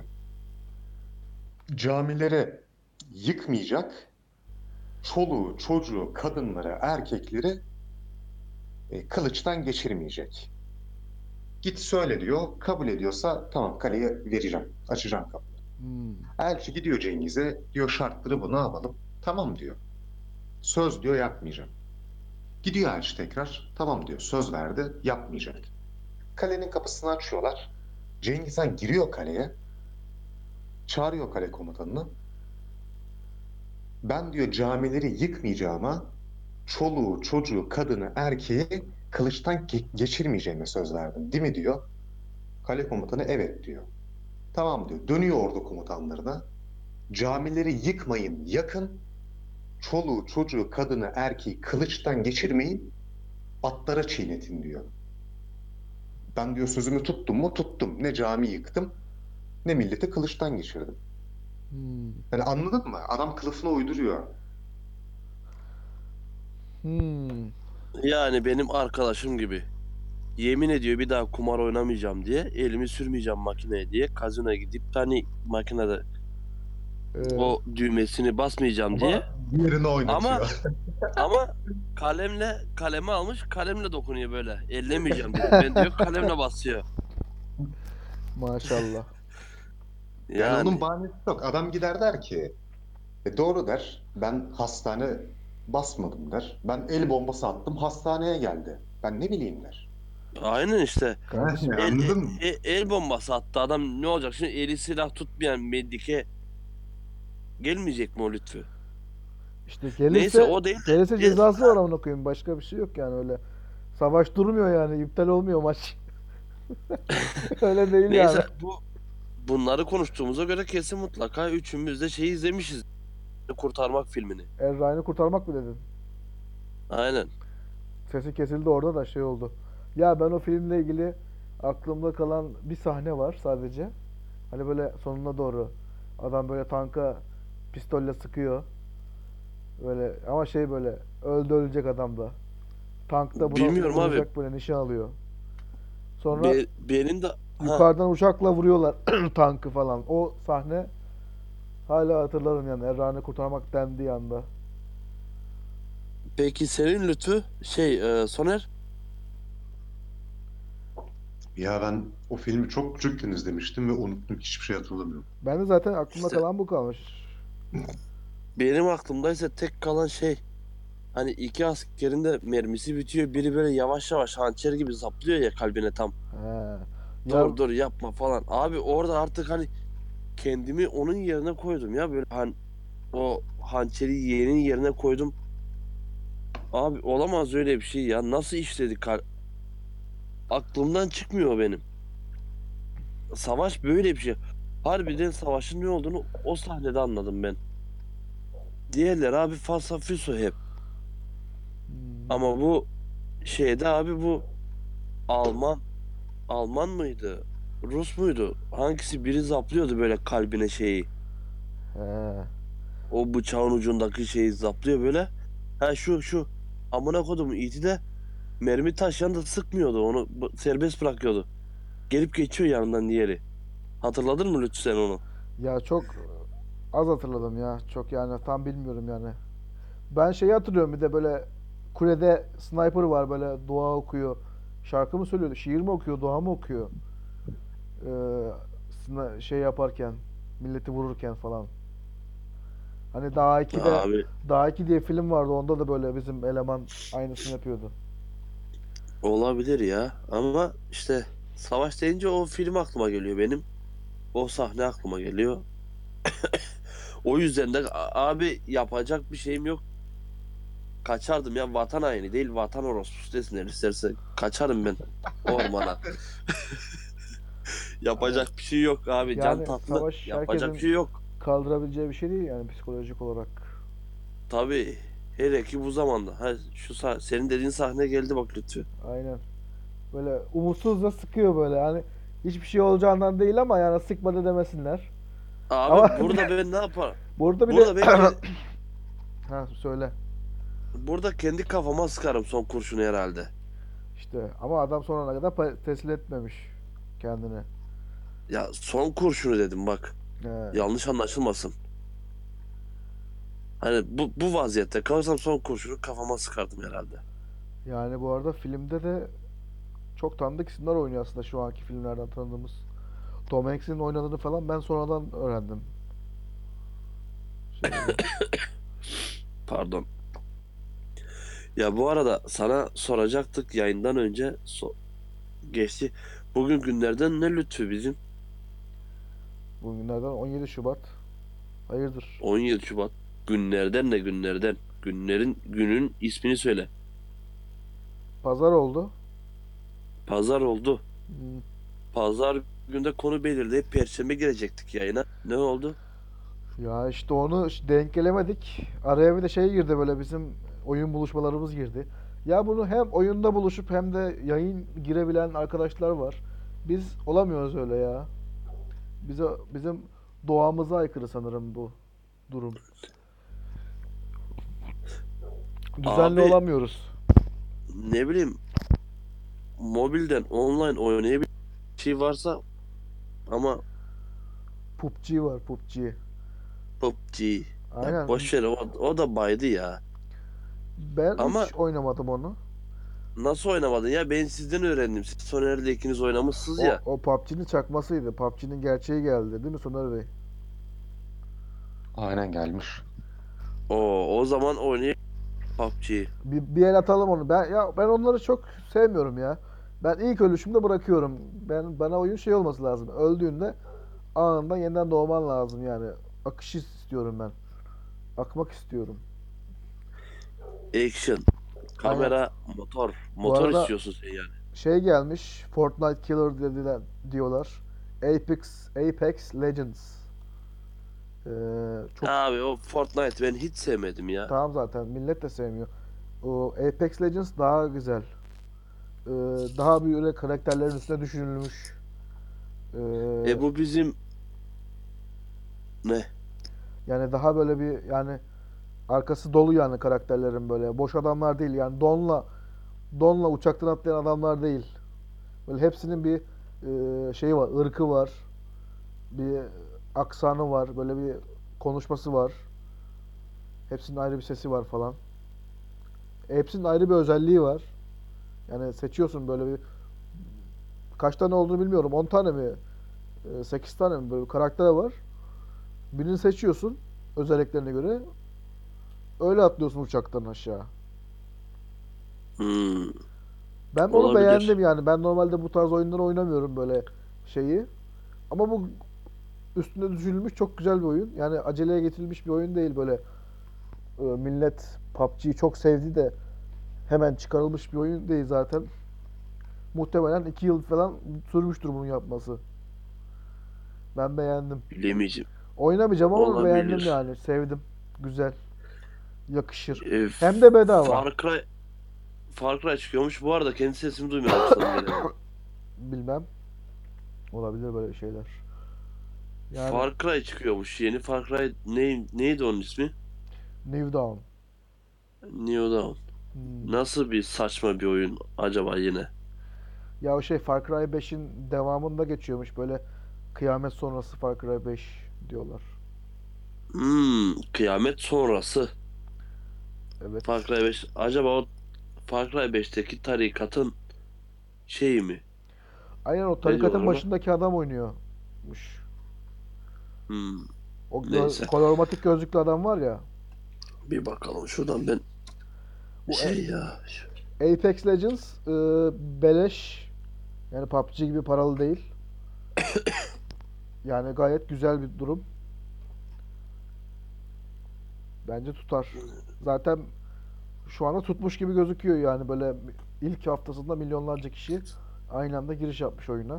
camileri yıkmayacak, çoluğu, çocuğu, kadınları, erkekleri kılıçtan geçirmeyecek. Git söyle diyor. Kabul ediyorsa tamam kaleyi vereceğim. Açacağım kapıyı. hmm. Elçi gidiyor Cengiz'e. Diyor şartları bu ne yapalım? Tamam diyor. Söz diyor yapmayacağım. Gidiyor elçi tekrar. Tamam diyor. Söz verdi yapmayacak. Kalenin kapısını açıyorlar. Cengiz Han giriyor kaleye. Çağırıyor kale komutanını. Ben diyor camileri yıkmayacağıma çoluğu, çocuğu, kadını, erkeği kılıçtan geçirmeyeceğine söz verdim, değil mi diyor. Kale komutanı evet diyor. Tamam diyor. Dönüyor ordu komutanlarına. Camileri yıkmayın, yakın. Çoluğu, çocuğu, kadını, erkeği kılıçtan geçirmeyin, atlara çiğnetin diyor. Ben diyor sözümü tuttum mu? Tuttum. Ne cami yıktım, ne milleti kılıçtan geçirdim. Hmm. Yani anladın mı? Adam kılıfına uyduruyor. Hmm. Yani benim arkadaşım gibi. Yemin ediyor bir daha kumar oynamayacağım diye. Elimi sürmeyeceğim makineye diye. Kazinoya gidip hani makinede Ee, o düğmesini basmayacağım diye. Ama diğerini Ama oynatıyor. ama kalemi almış kalemle dokunuyor böyle. Ellemeyeceğim diyor. Ben diyor kalemle basıyor. maşallah. Yani onun Yani bahanesi yok. Adam gider der ki, doğru der. Ben hastane basmadım der. Ben el bombası attım, hastaneye geldi. Ben ne bileyim der. aynen işte. Kardeşim Anladın mı? El bombası attı adam, ne olacak şimdi, eli silah tutmayan medike gelmeyecek mi o Lütfü? işte Neyse gelirse o değil de gelirse cezası var amına koyayım. Başka bir şey yok yani öyle. Savaş durmuyor yani. İptal olmuyor maç. Öyle değil yani. neyse bunları konuştuğumuza göre kesin mutlaka üçümüz de şeyi izlemişiz. Kurtarmak filmini. Errani kurtarmak mı dedin? Aynen. Sesi kesildi orada da şey oldu. Ya ben o filmle ilgili aklımda kalan bir sahne var sadece. Hani böyle sonuna doğru adam böyle tanka pistolle sıkıyor. Böyle ama şey böyle ölecek adam da. Tank da buna Bilmiyorum abi. vuracak böyle nişan alıyor. Sonra Benim de yukarıdan uçakla vuruyorlar tankı falan. O sahne hala hatırlarım yani. Errani kurtarmak dendiği anda. peki senin Lütfü Soner, Ya ben o filmi çok küçükken izlemiştim ve unuttum. Hiçbir şey hatırlamıyorum. Ben de zaten aklımda işte kalan bu kalmış. benim aklımdaysa tek kalan şey, hani iki askerin de mermisi bitiyor. Biri böyle yavaş yavaş hançer gibi saplıyor ya kalbine tam. He. Ya Dur dur yapma falan. Abi orada artık hani kendimi onun yerine koydum ya. Böyle o hançeri yeğenin yerine koydum. Abi olamaz öyle bir şey ya. Nasıl işledik? Aklımdan çıkmıyor benim. Savaş böyle bir şey. Harbiden savaşın ne olduğunu o sahnede anladım ben. Diğerleri abi falsafiso hep. hmm, Ama bu şeyde abi bu Alman Alman mıydı? Rus muydu? Hangisi biri zaplıyordu böyle kalbine şeyi. he. O bıçağın ucundaki şeyi zaplıyor böyle. Ha şu amına kodum iti de mermi taşıyan da sıkmıyordu. Onu serbest bırakıyordu. Gelip geçiyor yanından diğeri. Hatırladın mı Lütfü sen onu? Ya çok az hatırladım ya. Çok yani tam bilmiyorum yani. Ben şeyi hatırlıyorum bir de böyle kulede sniper var böyle dua okuyor. Şarkı mı söylüyordu? Şiir mi okuyor? Dua mı okuyor? Şey yaparken, milleti vururken falan. Hani Abi Daha 2 diye film vardı. Onda da böyle bizim eleman aynısını yapıyordu. olabilir ya. Ama işte savaş deyince o film aklıma geliyor benim. O sahne aklıma geliyor. O yüzden de abi yapacak bir şeyim yok. Kaçardım ya, vatan haini değil vatan orospusu desinler isterse. Kaçarım ben ormana. Aynen. Yapacak bir şey yok abi. Can Yani tatlı. savaş Yapacak bir herkesin şey yok. kaldırabileceği bir şey değil yani psikolojik olarak. Tabii hele ki bu zamanda. Ha, senin dediğin sahne geldi bak Lütfü. Aynen. Böyle umutsuzca sıkıyor böyle. Hani hiçbir şey olacağından değil ama yani sıkmadı demesinler. Ama Abi burada ben ne yaparım? burada bir de Burada ben ha söyle. burada kendi kafama sıkarım son kurşunu herhalde. İşte ama adam sonuna kadar teslim etmemiş kendini. Ya son kurşunu dedim bak. He. Yanlış anlaşılmasın. Hani bu vaziyette kalırsam son kurşunu kafama sıkardım herhalde. Yani bu arada filmde de çok tanıdık isimler oynuyor aslında şu anki filmlerden tanıdığımız. Tom Hanks'in oynadığını falan ben sonradan öğrendim. Şeyde. Pardon. Ya bu arada sana soracaktık yayından önce geçti. Bugün günlerden ne Lütfü bizim? Bugünlerden 17 Şubat. Hayırdır? 17 Şubat. Günlerden ne günlerden? Günün ismini söyle. Pazar oldu. Pazar oldu. Hmm. Pazar günde konu belirleyip Perşembe girecektik yayına. Ne oldu? Ya işte onu denk gelemedik. Araya bir de şey girdi, böyle bizim oyun buluşmalarımız girdi. Ya bunu hem oyunda buluşup hem de yayın girebilen arkadaşlar var. Biz olamıyoruz öyle ya. Bizim doğamıza aykırı sanırım bu durum. Düzenli Abi olamıyoruz. ne bileyim, mobilden online oynayabilen şey varsa ama PUBG var, PUBG. PUBG. Ya Aynen. boş ver, o da baydı ya. Ben Ama hiç oynamadım onu. nasıl oynamadın ya? Ben sizden öğrendim. Siz Soner'le ikiniz oynamışsınız O, ya. o PUBG'nin çakmasıydı. PUBG'nin gerçeği geldi, değil mi Soner Bey? Aynen gelmiş. O zaman oynayıp PUBG. Bir el atalım onu. Ben onları çok sevmiyorum ya. Ben ilk ölüşümde bırakıyorum. Bana oyun şey olması lazım. Öldüğünde anında yeniden doğman lazım yani. Akışı istiyorum ben. Akmak istiyorum. Action. Aynen. Kamera, motor. Bu Motor arada istiyorsun sen yani. şey gelmiş. Fortnite Killer dediler, diyorlar. Apex Legends. Çok Abi o Fortnite ben hiç sevmedim ya. tamam, zaten millet de sevmiyor. O Apex Legends daha güzel. Ee, Daha böyle karakterlerin üstüne düşünülmüş. Ee, Bu bizim ne? Yani daha böyle bir, yani arkası dolu yani karakterlerin, böyle boş adamlar değil yani, donla uçaktan atlayan adamlar değil. Böyle hepsinin bir şeyi var, ırkı var, bir aksanı var, böyle bir konuşması var. Hepsinin ayrı bir sesi var falan. Hepsinin ayrı bir özelliği var. Yani seçiyorsun böyle bir, kaç tane olduğunu bilmiyorum. 10 tane mi? 8 tane mi, böyle bir karakter var. Birini seçiyorsun özelliklerine göre. Öyle atlıyorsun uçaktan aşağı. Hmm, Ben onu beğendim olabilir. yani. Ben normalde bu tarz oyunları oynamıyorum, böyle şeyi. Ama bu üstüne düşünülmüş çok güzel bir oyun. Yani aceleye getirilmiş bir oyun değil böyle. Millet PUBG'yi çok sevdi de hemen çıkarılmış bir oyun değil zaten. Muhtemelen 2 yıl falan sürmüştür bunun yapması. Ben beğendim. Bilemeyeceğim. Oynamayacağım ama beğendim Olabilir. yani. Sevdim. Güzel. Yakışır. E, Hem de bedava. Far Cry çıkıyormuş. Bu arada kendi sesimi duymaya başladım gene. Bilmem. Olabilir böyle şeyler. Yani Far Cry çıkıyormuş. Yeni Far Cry neydi onun ismi? New Dawn. New Dawn. Hmm. Nasıl bir saçma bir oyun acaba yine? Ya o şey, Far Cry 5'in devamında geçiyormuş. Böyle kıyamet sonrası Far Cry 5 diyorlar. Kıyamet sonrası Far Evet. Cry 5. Acaba o Far Cry 5'teki tarikatın şeyi mi? Aynen, o Ne diyorlar tarikatın ona? başındaki adam oynuyormuş. Hmm, O neyse. kolormatik gözlüklü adam var ya. Bir bakalım şuradan ben Bu şey ya. Apex Legends beleş. Yani PUBG gibi paralı değil. Yani gayet güzel bir durum. Bence tutar. Zaten şu anda tutmuş gibi gözüküyor yani, böyle ilk haftasında milyonlarca kişi aynı anda giriş yapmış oyuna.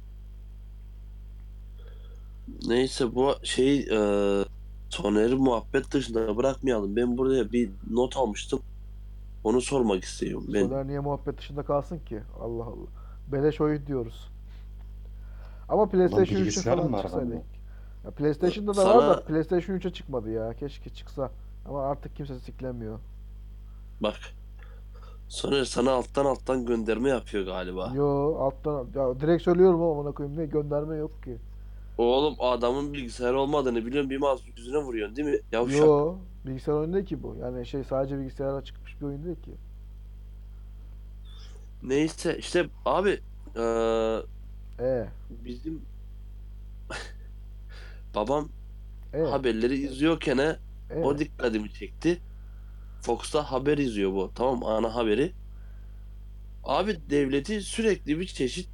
Neyse bu Soner'i muhabbet dışında bırakmayalım. Ben buraya bir not almıştım. Onu sormak istiyorum. Ben Soner niye muhabbet dışında kalsın ki? Allah Allah. Beleş oyun diyoruz. Ama Lan PlayStation 3'e bilgisayar falan mı var çıksaydı. bende? Ya PlayStation'da da var da sana PlayStation 3'e çıkmadı ya. Keşke çıksa. Ama artık kimse siklemiyor. bak, Soner sana alttan gönderme yapıyor galiba. Yo, alttan ya direkt söylüyorum ama ona koyayım, ne gönderme yok ki. Oğlum adamın bilgisayarı olmadığını biliyorum, bir mouse yüzüne vuruyorsun değil mi? Yavşak. Yo, bilgisayar oyunu değil ki bu. Yani şey, sadece bilgisayara çıkmış bir oyun değil ki. Neyse işte abi, eee, E, bizim babam e, haberleri izliyorken o e. dikkatimi çekti. Fox'ta haber izliyor bu. Tamam mı? Ana haberi. Abi devleti sürekli bir çeşit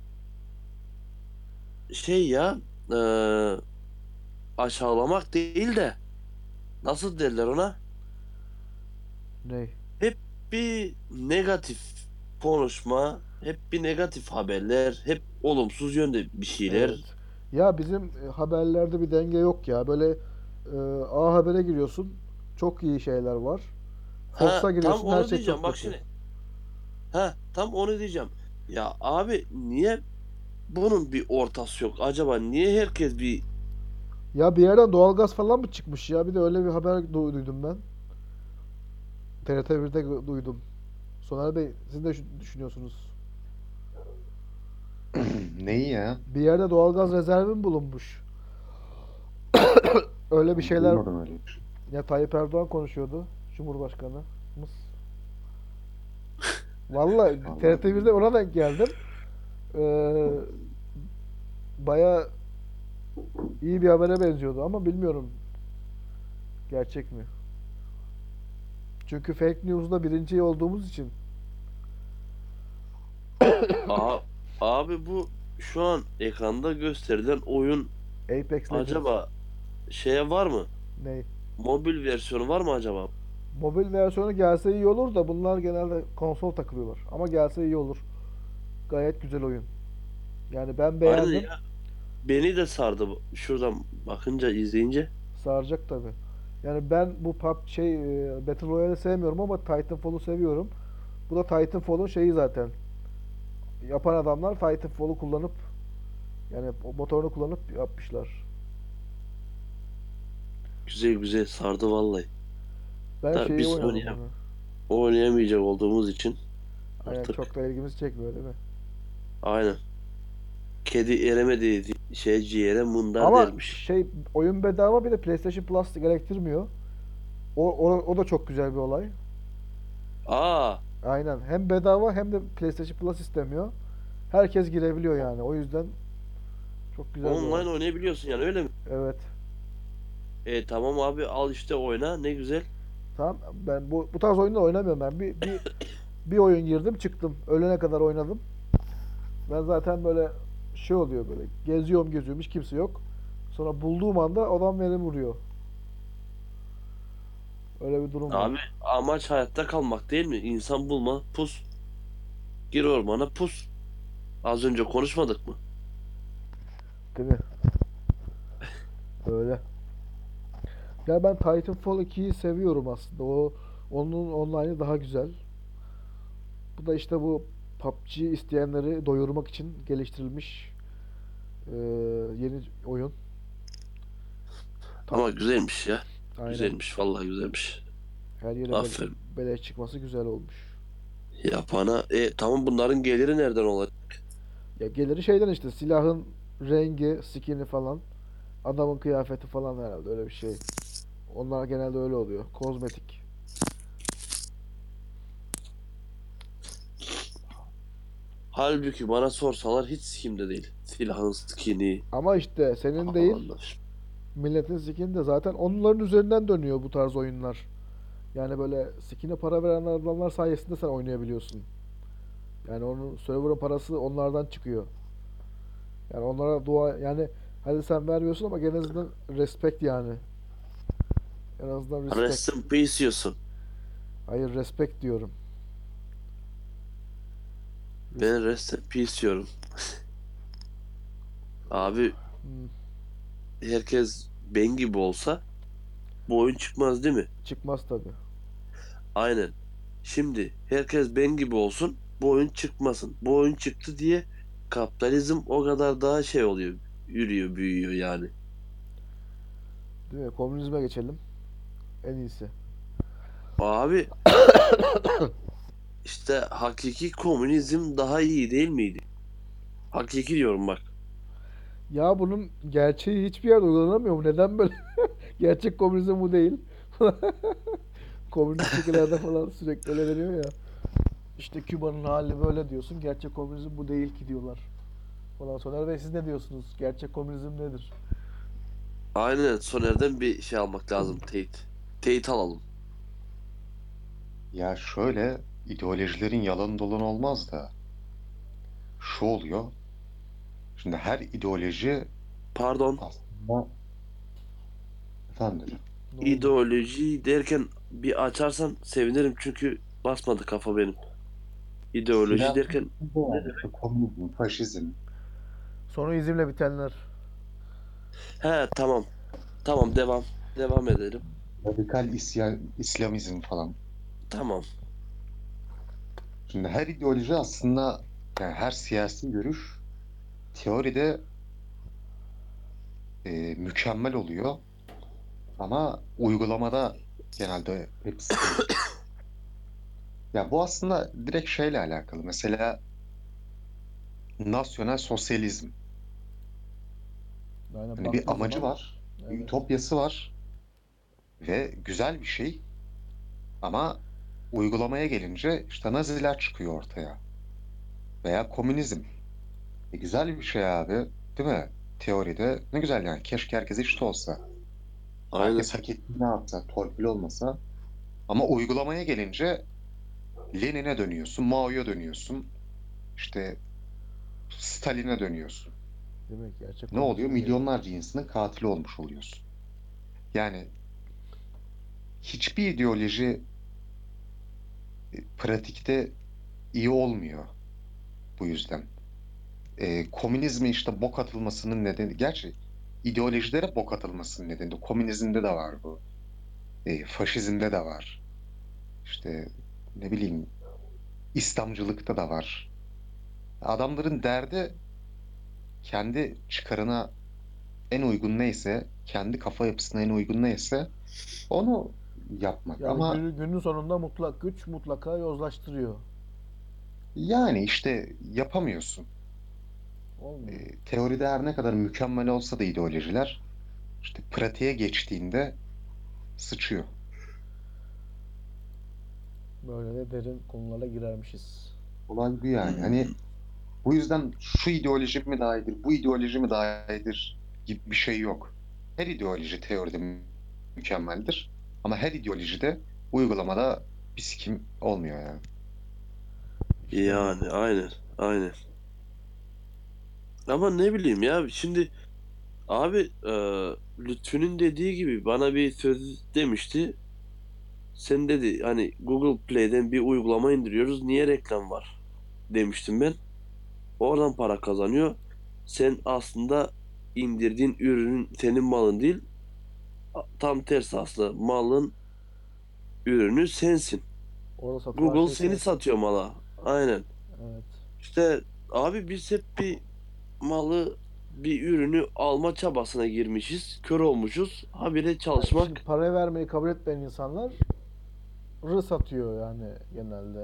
şey ya, eee, aşağılamak değil de nasıl derler ona? Ney? Hep bir negatif konuşma, hep bir negatif haberler, hep olumsuz yönde bir Evet. şeyler. Ya bizim haberlerde bir denge yok ya. Böyle A Haber'e giriyorsun. Çok iyi şeyler var. Fox'a Ha tam giriyorsun, her onu şey diyeceğim çok bak kötü. şimdi. Ha tam onu diyeceğim. Ya abi niye bunun bir ortası yok? Acaba niye herkes bir Ya bir yerden doğalgaz falan mı çıkmış ya? Bir de öyle bir haber duydum ben. TRT 1'de duydum. Soner Bey, siz ne düşünüyorsunuz? Neyi ya? Bir yerde doğalgaz rezervi mi bulunmuş? Öyle bir Ben şeyler, duymadım öyle bir şey. ya Tayyip Erdoğan konuşuyordu. Cumhurbaşkanımız. Vallahi Vallahi TRT 1'de bilmiyorum. ona denk geldim. Ee, Baya iyi bir habere benziyordu ama bilmiyorum gerçek mi. Çünkü fake news'da birinci olduğumuz için Aa, abi bu şu an ekranda gösterilen oyun Apex Legends. acaba şeye var mı? Ne? Mobil versiyonu var mı acaba? Mobil versiyonu gelse iyi olur da bunlar genelde konsol takılıyorlar. Ama gelse iyi olur. Gayet güzel oyun. Yani ben Aynen beğendim. ya. Beni de sardı şuradan bakınca izleyince. Saracak tabii. Yani ben bu Battle Royale'i sevmiyorum ama Titanfall'u seviyorum. Bu da Titanfall'un şeyi zaten. Yapan adamlar Titanfall'u kullanıp, yani o motorunu kullanıp yapmışlar. Güzel güzel sardı vallahi. Ben Da şeyi biz oynadım onu. oynayamayacak olduğumuz için Aynen, çok artık da ilgimizi çekmiyor değil mi? aynen. Kedi eremedi şey ciğere mundar Ama dermiş. oyun bedava, bir de PlayStation Plus gerektirmiyor. O da çok güzel bir olay. Aa, Aynen. Hem bedava hem de PlayStation Plus istemiyor. Herkes girebiliyor yani. O yüzden çok güzel bir olay. online oynayabiliyorsun yani öyle mi? Evet. Tamam abi al işte oyna ne güzel. Tamam. Ben bu tarz oyunlar oynamıyorum ben. Bir oyun girdim, çıktım. Ölene kadar oynadım. Ben zaten böyle şey oluyor böyle. Geziyorum, hiç kimse yok. Sonra bulduğum anda adam beni vuruyor. Öyle bir durum var. Abi amaç hayatta kalmak değil mi? İnsan bulma, pus. Gir ormana pus. Az önce konuşmadık mı? Değil mi? Öyle. Ya ben Titanfall 2'yi seviyorum aslında. Onun online'ı daha güzel. Bu da işte bu PUBG isteyenleri doyurmak için geliştirilmiş eee, yeni oyun. Ta- Ama güzelmiş ya. aynen. Güzelmiş vallahi güzelmiş. Her yere Aferin. beleş çıkması güzel olmuş. Yapana. Tamam bunların geliri nereden olacak? Ya geliri şeyden, işte silahın rengi, skin'i falan, adamın kıyafeti falan, herhalde öyle bir şey. Onlar genelde öyle oluyor. Kozmetik. Halbuki bana sorsalar hiç sikimde değil. Silahın skini Ama işte senin değil, falanlar. milletin skin'i de zaten onların üzerinden dönüyor bu tarz oyunlar. Yani böyle skin'e para veren adamlar sayesinde sen oynayabiliyorsun. Yani onun server'ın parası onlardan çıkıyor. Yani onlara dua, yani hadi sen vermiyorsun ama en azından respect yani. En azından respect. Rest in peace diyorsun. Hayır, respect diyorum. Ben Respect. rest in peace diyorum. Abi Hmm, herkes ben gibi olsa bu oyun çıkmaz değil mi? çıkmaz tabii. Aynen. Şimdi herkes ben gibi olsun bu oyun çıkmasın. Bu oyun çıktı diye kapitalizm o kadar daha şey oluyor. Yürüyor, büyüyor yani. Değil mi? Komünizme geçelim. En iyisi. Abi işte hakiki komünizm daha iyi değil miydi? Hakiki diyorum bak. Ya bunun gerçeği hiçbir yerde uygulanamıyor mu? Neden böyle? Gerçek komünizm bu değil. Komünist ülkelerde falan sürekli öyle deniyor ya. İşte Küba'nın hali böyle diyorsun. Gerçek komünizm bu değil ki diyorlar. Ondan sonra Bey, siz ne diyorsunuz? Gerçek komünizm nedir? Aynen Soner'den bir şey almak lazım teyit. Teyit alalım. Ya şöyle ideolojilerin yalan dolan olmaz da şu oluyor. Şimdi her ideoloji Pardon. aslında efendim hocam. Ne oldu? İdeoloji derken bir açarsan sevinirim çünkü basmadı kafa benim. İdeoloji Silah derken ne yani işte demek? komünizm, faşizm, Sonu izimle bitenler. He tamam. Tamam devam. Devam edelim. radikal İslamizm falan. Tamam. Şimdi her ideoloji aslında yani her siyasi görüş teoride mükemmel oluyor ama uygulamada genelde hep sıkıntı. Ya bu aslında direkt şeyle alakalı. Mesela nasyonel sosyalizm. Aynen Hani bir baktığın amacı zaman var, bir evet. ütopyası var ve güzel bir şey ama uygulamaya gelince işte Naziler çıkıyor ortaya veya komünizm. Güzel bir şey abi, değil mi? Teoride ne güzel yani. Keşke herkes eşit olsa. Aynen. Herkes hak ettiğini yapsa, torpil olmasa. Ama uygulamaya gelince Lenin'e dönüyorsun, Mao'ya dönüyorsun, işte Stalin'e dönüyorsun. Değil mi? Gerçek Ne oluyor? komünizme geliyor. Milyonlarca insanın katili olmuş oluyorsun. Yani hiçbir ideoloji pratikte iyi olmuyor bu yüzden. Komünizme işte bok atılmasının nedeni, gerçi ideolojilere bok atılmasının nedeni de komünizmde de var bu. Faşizmde de var. İşte ne bileyim İslamcılıkta da var. Adamların derdi kendi çıkarına en uygun neyse, kendi kafa yapısına en uygun neyse onu yapmak. Yani Ama günün sonunda mutlak güç mutlaka yozlaştırıyor. yani işte yapamıyorsun. Olmuyor. Teoride her ne kadar mükemmel olsa da ideolojiler işte pratiğe geçtiğinde sıçıyor. Böyle de derin konulara girermişiz. Olay bu yani. Hani bu yüzden şu ideoloji mi daha iyidir, bu ideoloji mi daha iyidir gibi bir şey yok. Her ideoloji teoride mükemmeldir. Ama her ideolojide uygulamada bir sikim olmuyor yani. İşte bu. Yani aynen. Aynen. Ama ne bileyim ya şimdi abi Lütfü'nün dediği gibi bana bir söz demişti. Sen dedi hani Google Play'den bir uygulama indiriyoruz. Niye reklam var? Demiştim ben. Oradan para kazanıyor. Sen aslında indirdiğin ürünün senin malın değil. Tam tersi aslında malın ürünü sensin. Orada satılan Google şey seni sensin. satıyor mala. Aynen. Evet. İşte abi biz hep bir malı bir ürünü alma çabasına girmişiz. Kör olmuşuz. Habire Yani şimdi çalışmak. parayı vermeyi kabul etmeyen insanlar satıyor yani genelde.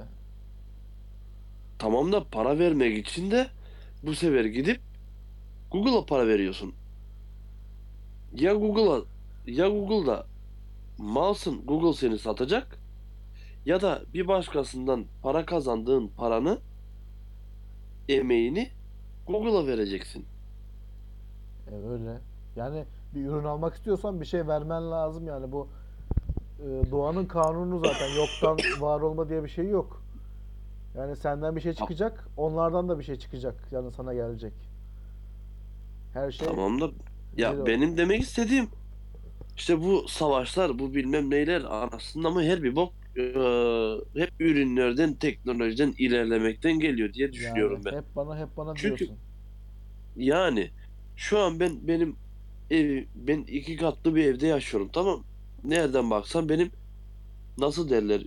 Tamam da para vermek için de bu sefer gidip Google'a para veriyorsun. Ya Google'a ya Google'da malsın Google seni satacak ya da bir başkasından para kazandığın paranı emeğini Google'a vereceksin. Öyle. Yani bir ürün almak istiyorsan bir şey vermen lazım yani bu doğanın kanunu zaten yoktan var olma diye bir şey yok. Yani senden bir şey Ta- çıkacak, onlardan da bir şey çıkacak yani sana gelecek. Her şey Tamam da ya zero. benim demek istediğim işte bu savaşlar bu bilmem neyler aslında ama her bir bok hep ürünlerden teknolojiden ilerlemekten geliyor diye Yani düşünüyorum ben. hep bana Çünkü diyorsun. yani şu an benim ben iki katlı bir evde yaşıyorum tamam. Nereden baksan benim nasıl derler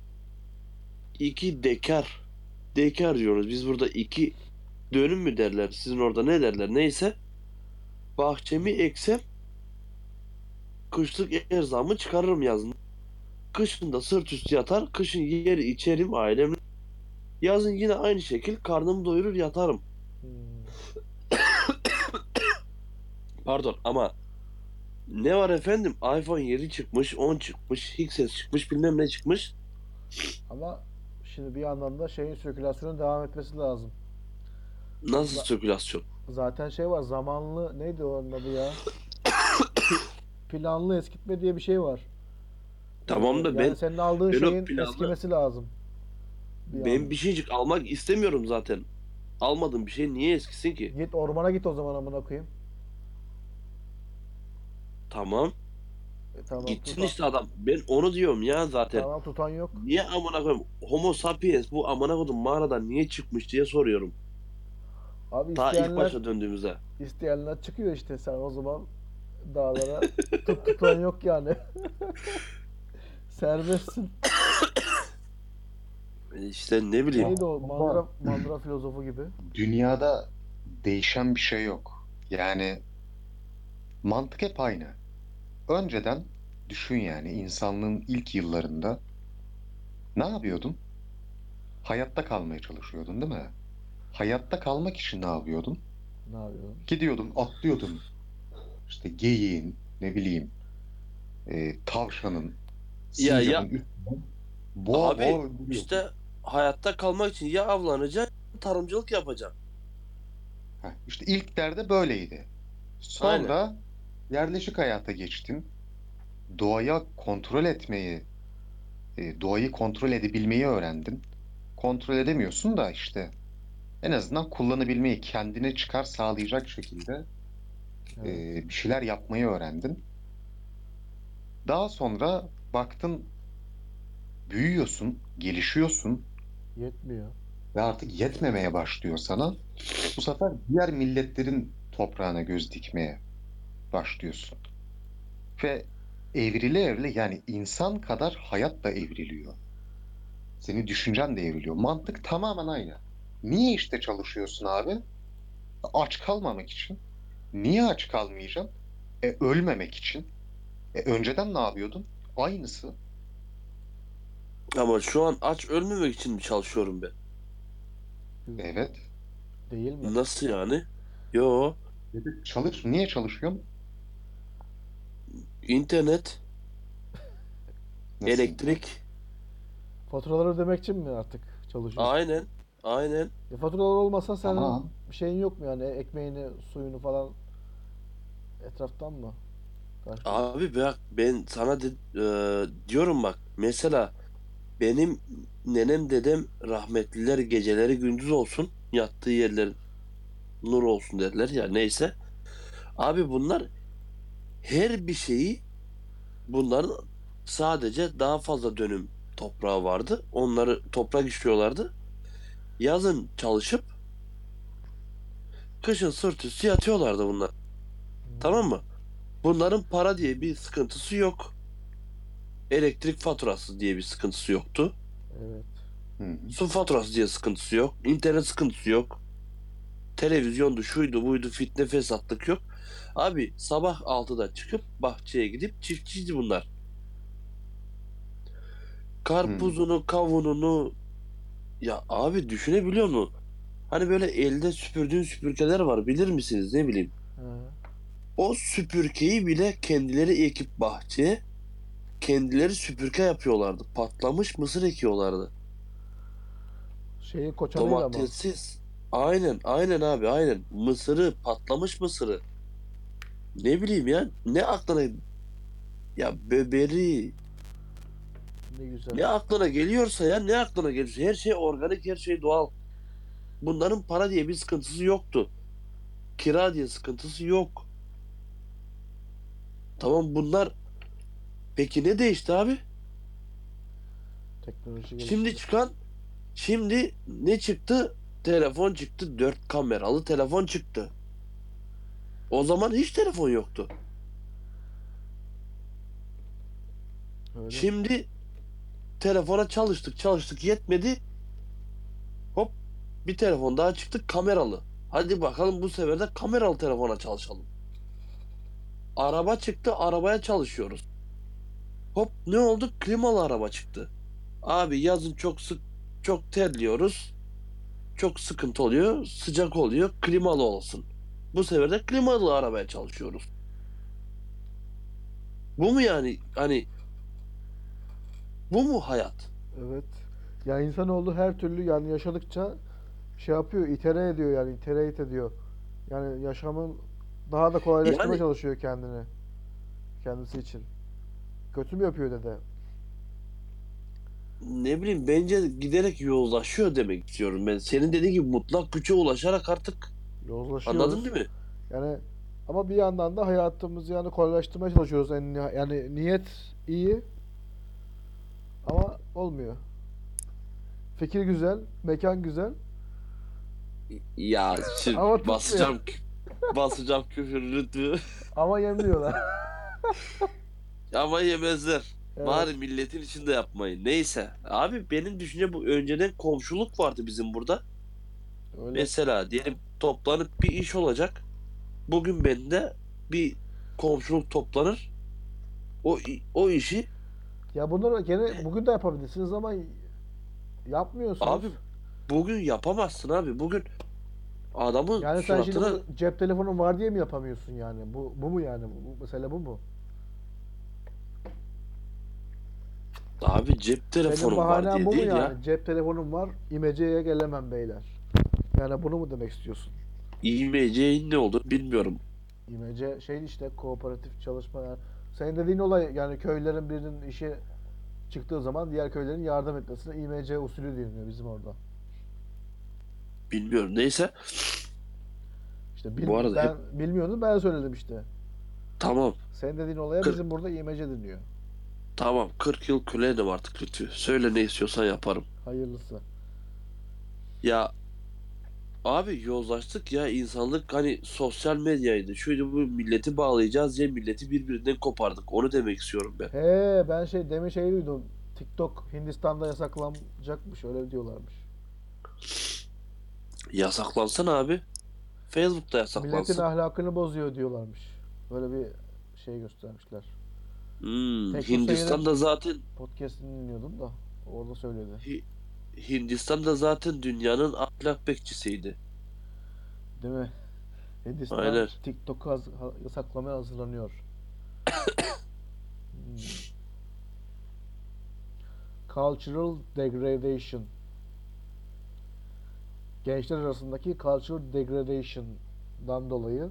iki dekar diyoruz. Biz burada iki dönüm mü derler? Sizin orada ne derler? Neyse bahçemi eksem kışlık erzağımı çıkarırım yazın. Kışın da sırt üstü yatar. Kışın yer içerim ailemle. Yazın yine aynı şekil karnımı doyurur yatarım. Hmm. Pardon ama ne var efendim? iPhone 7 çıkmış, 10 çıkmış, XS çıkmış, bilmem ne çıkmış. Ama şimdi bir yandan da şeyin sirkülasyonun devam etmesi lazım. Nasıl Za- sirkülasyon? zaten şey var zamanlı neydi onun adı ya? Pi- planlı eskitme diye bir şey var. Tamam da Yani senin aldığın ben o şeyin planlı eskimesi lazım bir ben yandan. bir şeycik almak istemiyorum zaten. Almadığım bir şey niye eskisin ki? Git ormana git o zaman amına koyayım. Tamam. Tamam Gitsin tutan. işte adam. Ben onu diyorum ya zaten. Tamam tutan yok. Niye amına koyayım? Homo sapiens bu amına koydum mağaradan niye çıkmış diye soruyorum. Abi Ta ilk isteyenler başa döndüğümüzde. çıkıyor işte, sen o zaman dağlara tutan yok yani. Serbestsin. İşte ne bileyim. Neydi o Aslında mandıra filozofu gibi. dünyada değişen bir şey yok. Yani mantık hep aynı. Önceden düşün, yani insanlığın ilk yıllarında ne yapıyordun? Hayatta kalmaya çalışıyordun, değil mi? Hayatta kalmak için ne yapıyordun? Ne yapıyorsun? Gidiyordun, atlıyordun. İşte geyiğin, ne bileyim, tavşanın, Ya sincapın üstüne boğa abi boğa öldürüyordun. işte hayatta kalmak için ya avlanacaksın tarımcılık yapacaksın. Heh, işte ilk derde böyleydi. Aynen. Sonra yerleşik hayata geçtin. Doğaya kontrol etmeyi, doğayı kontrol edebilmeyi öğrendin. Kontrol edemiyorsun da işte en azından kullanabilmeyi, kendine çıkar sağlayacak şekilde Evet. bir şeyler yapmayı öğrendin. Daha sonra baktın, büyüyorsun, gelişiyorsun Yetmiyor. ve artık yetmemeye başlıyor sana. Bu sefer diğer milletlerin toprağına göz dikmeye başlıyorsun. Ve evrile evrile, yani insan kadar hayat da evriliyor. Senin düşüncen de evriliyor. Mantık tamamen aynı. Niye işte çalışıyorsun abi? Aç kalmamak için. Niye aç kalmayacaksın? Ölmemek için. Önceden ne yapıyordun? Aynısı. Ama şu an aç ölmemek için mi çalışıyorum ben? Evet. Değil mi? Nasıl yani? Yo, Evet. Niye çalışıyorsun? internet, Nasıl internet? elektrik. Faturaları ödemek için mi artık çalışıyorsun? Aynen. Aynen. Faturalar olmasa senin Tamam. şeyin yok mu yani, ekmeğini, suyunu falan etraftan mı karşılıyorsun? Abi bak ben sana diyorum bak. Mesela benim nenem dedem rahmetliler geceleri gündüz olsun yattığı yerler nur olsun derler ya neyse. Abi bunlar her bir şeyi bunların sadece daha fazla dönüm toprağı vardı. Onları toprak işliyorlardı. Yazın çalışıp kışın sırt üstü yatıyorlardı bunlar. Tamam mı? Bunların para diye bir sıkıntısı yok. Elektrik faturası diye bir sıkıntısı yoktu. Evet. Hı hı. Su faturası diye sıkıntısı yok. İnternet sıkıntısı yok. Televizyondu, şuydu, buydu, fitne fesatlık yok. Abi sabah 6'da çıkıp bahçeye gidip çiftçiydi bunlar. Hı. Karpuzunu, kavununu ya abi düşünebiliyor musun? Hani böyle elde süpürdüğün süpürgeler var bilir misiniz ne bileyim. He. O süpürgeyi bile kendileri ekip bahçeye kendileri süpürge yapıyorlardı. Patlamış mısır ekiyorlardı. Şeyin koçanıyla mı? Domatessiz. Aynen, aynen abi, aynen. Mısırı, patlamış mısırı. Ne bileyim ya, ne aklına ya biberi, Ne güzel. ne aklına geliyorsa ya ne aklına geliyorsa her şey organik, her şey doğal. Bunların para diye bir sıkıntısı yoktu. Kira diye sıkıntısı yok. Tamam bunlar peki ne değişti abi? Teknoloji Şimdi gelişti. çıkan şimdi ne çıktı? Telefon çıktı. Dört kameralı telefon çıktı. O zaman hiç telefon yoktu. Öyle. Şimdi telefona çalıştık çalıştık yetmedi. Hop bir telefon daha çıktı kameralı. Hadi bakalım bu sefer de kameralı telefona çalışalım. Araba çıktı arabaya çalışıyoruz. Hop ne oldu? Klimalı araba çıktı. Abi yazın çok terliyoruz. Çok sıkıntı oluyor. Sıcak oluyor. Klimalı olsun. Bu sefer de klimalı arabaya çalışıyoruz. Bu mu yani? Hani bu mu hayat? Evet. Ya insanoğlu her türlü yani yaşadıkça şey yapıyor, itere ediyor yani, iterate ediyor. Yani yaşamın daha da kolaylaştırmaya Yani çalışıyor kendini. Kendisi için. Kötü mü yapıyor dede? ne bileyim bence giderek yozlaşıyor demek istiyorum ben. Senin dediğin gibi mutlak güce ulaşarak artık anladın Yozlaşıyoruz. değil mi? Yani Ama bir yandan da hayatımızı yani kolaylaştırmaya çalışıyoruz. Yani niyet iyi ama olmuyor. Fikir güzel, mekan güzel Ya şimdi ama tutmuyor. basacağım küfür lütfü. Ama yemliyorlar. Ama yemezler. Evet. Bari milletin içinde yapmayın. Neyse. Abi benim düşünce bu önceden komşuluk vardı bizim burada. Öyle. Mesela diyelim toplanıp bir iş olacak. Bugün bende bir komşuluk toplanır. O işi Ya bunları gene bugün de yapabilirsiniz ama yapmıyorsunuz. abi bugün yapamazsın abi. Bugün adamın Yani sen şimdi suratına bunu cep telefonun var diye mi yapamıyorsun yani? Bu mu yani? Mesele bu mu? abi cep Senin telefonum var bahanen diye bu mu değil ya. yani? Cep telefonum var, imeceye gelemem beyler. Yani bunu mu demek istiyorsun? İMC'nin ne olur bilmiyorum. İmece şey işte kooperatif çalışma yani. Senin dediğin olay yani köylerin birinin işi çıktığı zaman diğer köylerin yardım etmesine İMC usulü deniyor bizim orada. Bilmiyorum. Neyse. İşte Bu arada hep ben bilmiyordum ben söyledim işte. tamam. Senin dediğin olaya 40 bizim burada İMC deniyor. tamam. 40 yıl küleğdim artık lütfü. Söyle ne istiyorsan yaparım. Hayırlısı. Ya abi yozlaştık ya insanlık hani sosyal medyaydı. Şuydu bu milleti bağlayacağız diye milleti birbirinden kopardık. Onu demek istiyorum ben. He ben demin şey duydum. TikTok Hindistan'da yasaklanacakmış öyle diyorlarmış. Yasaklansın abi. Facebook'ta Milletin yasaklansın. ahlakını bozuyor diyorlarmış. Böyle bir şey göstermişler. Tek Sayır'ın Hindistan'da zaten podcast'ini dinliyordum da orada söyledi. Hi- Hindistan'da zaten dünyanın ahlak bekçisiydi. Değil mi? Hindistan Aynen. TikTok'u yasaklamaya hazırlanıyor. Hmm. Cultural degradation. Gençler arasındaki cultural degradation'dan dolayı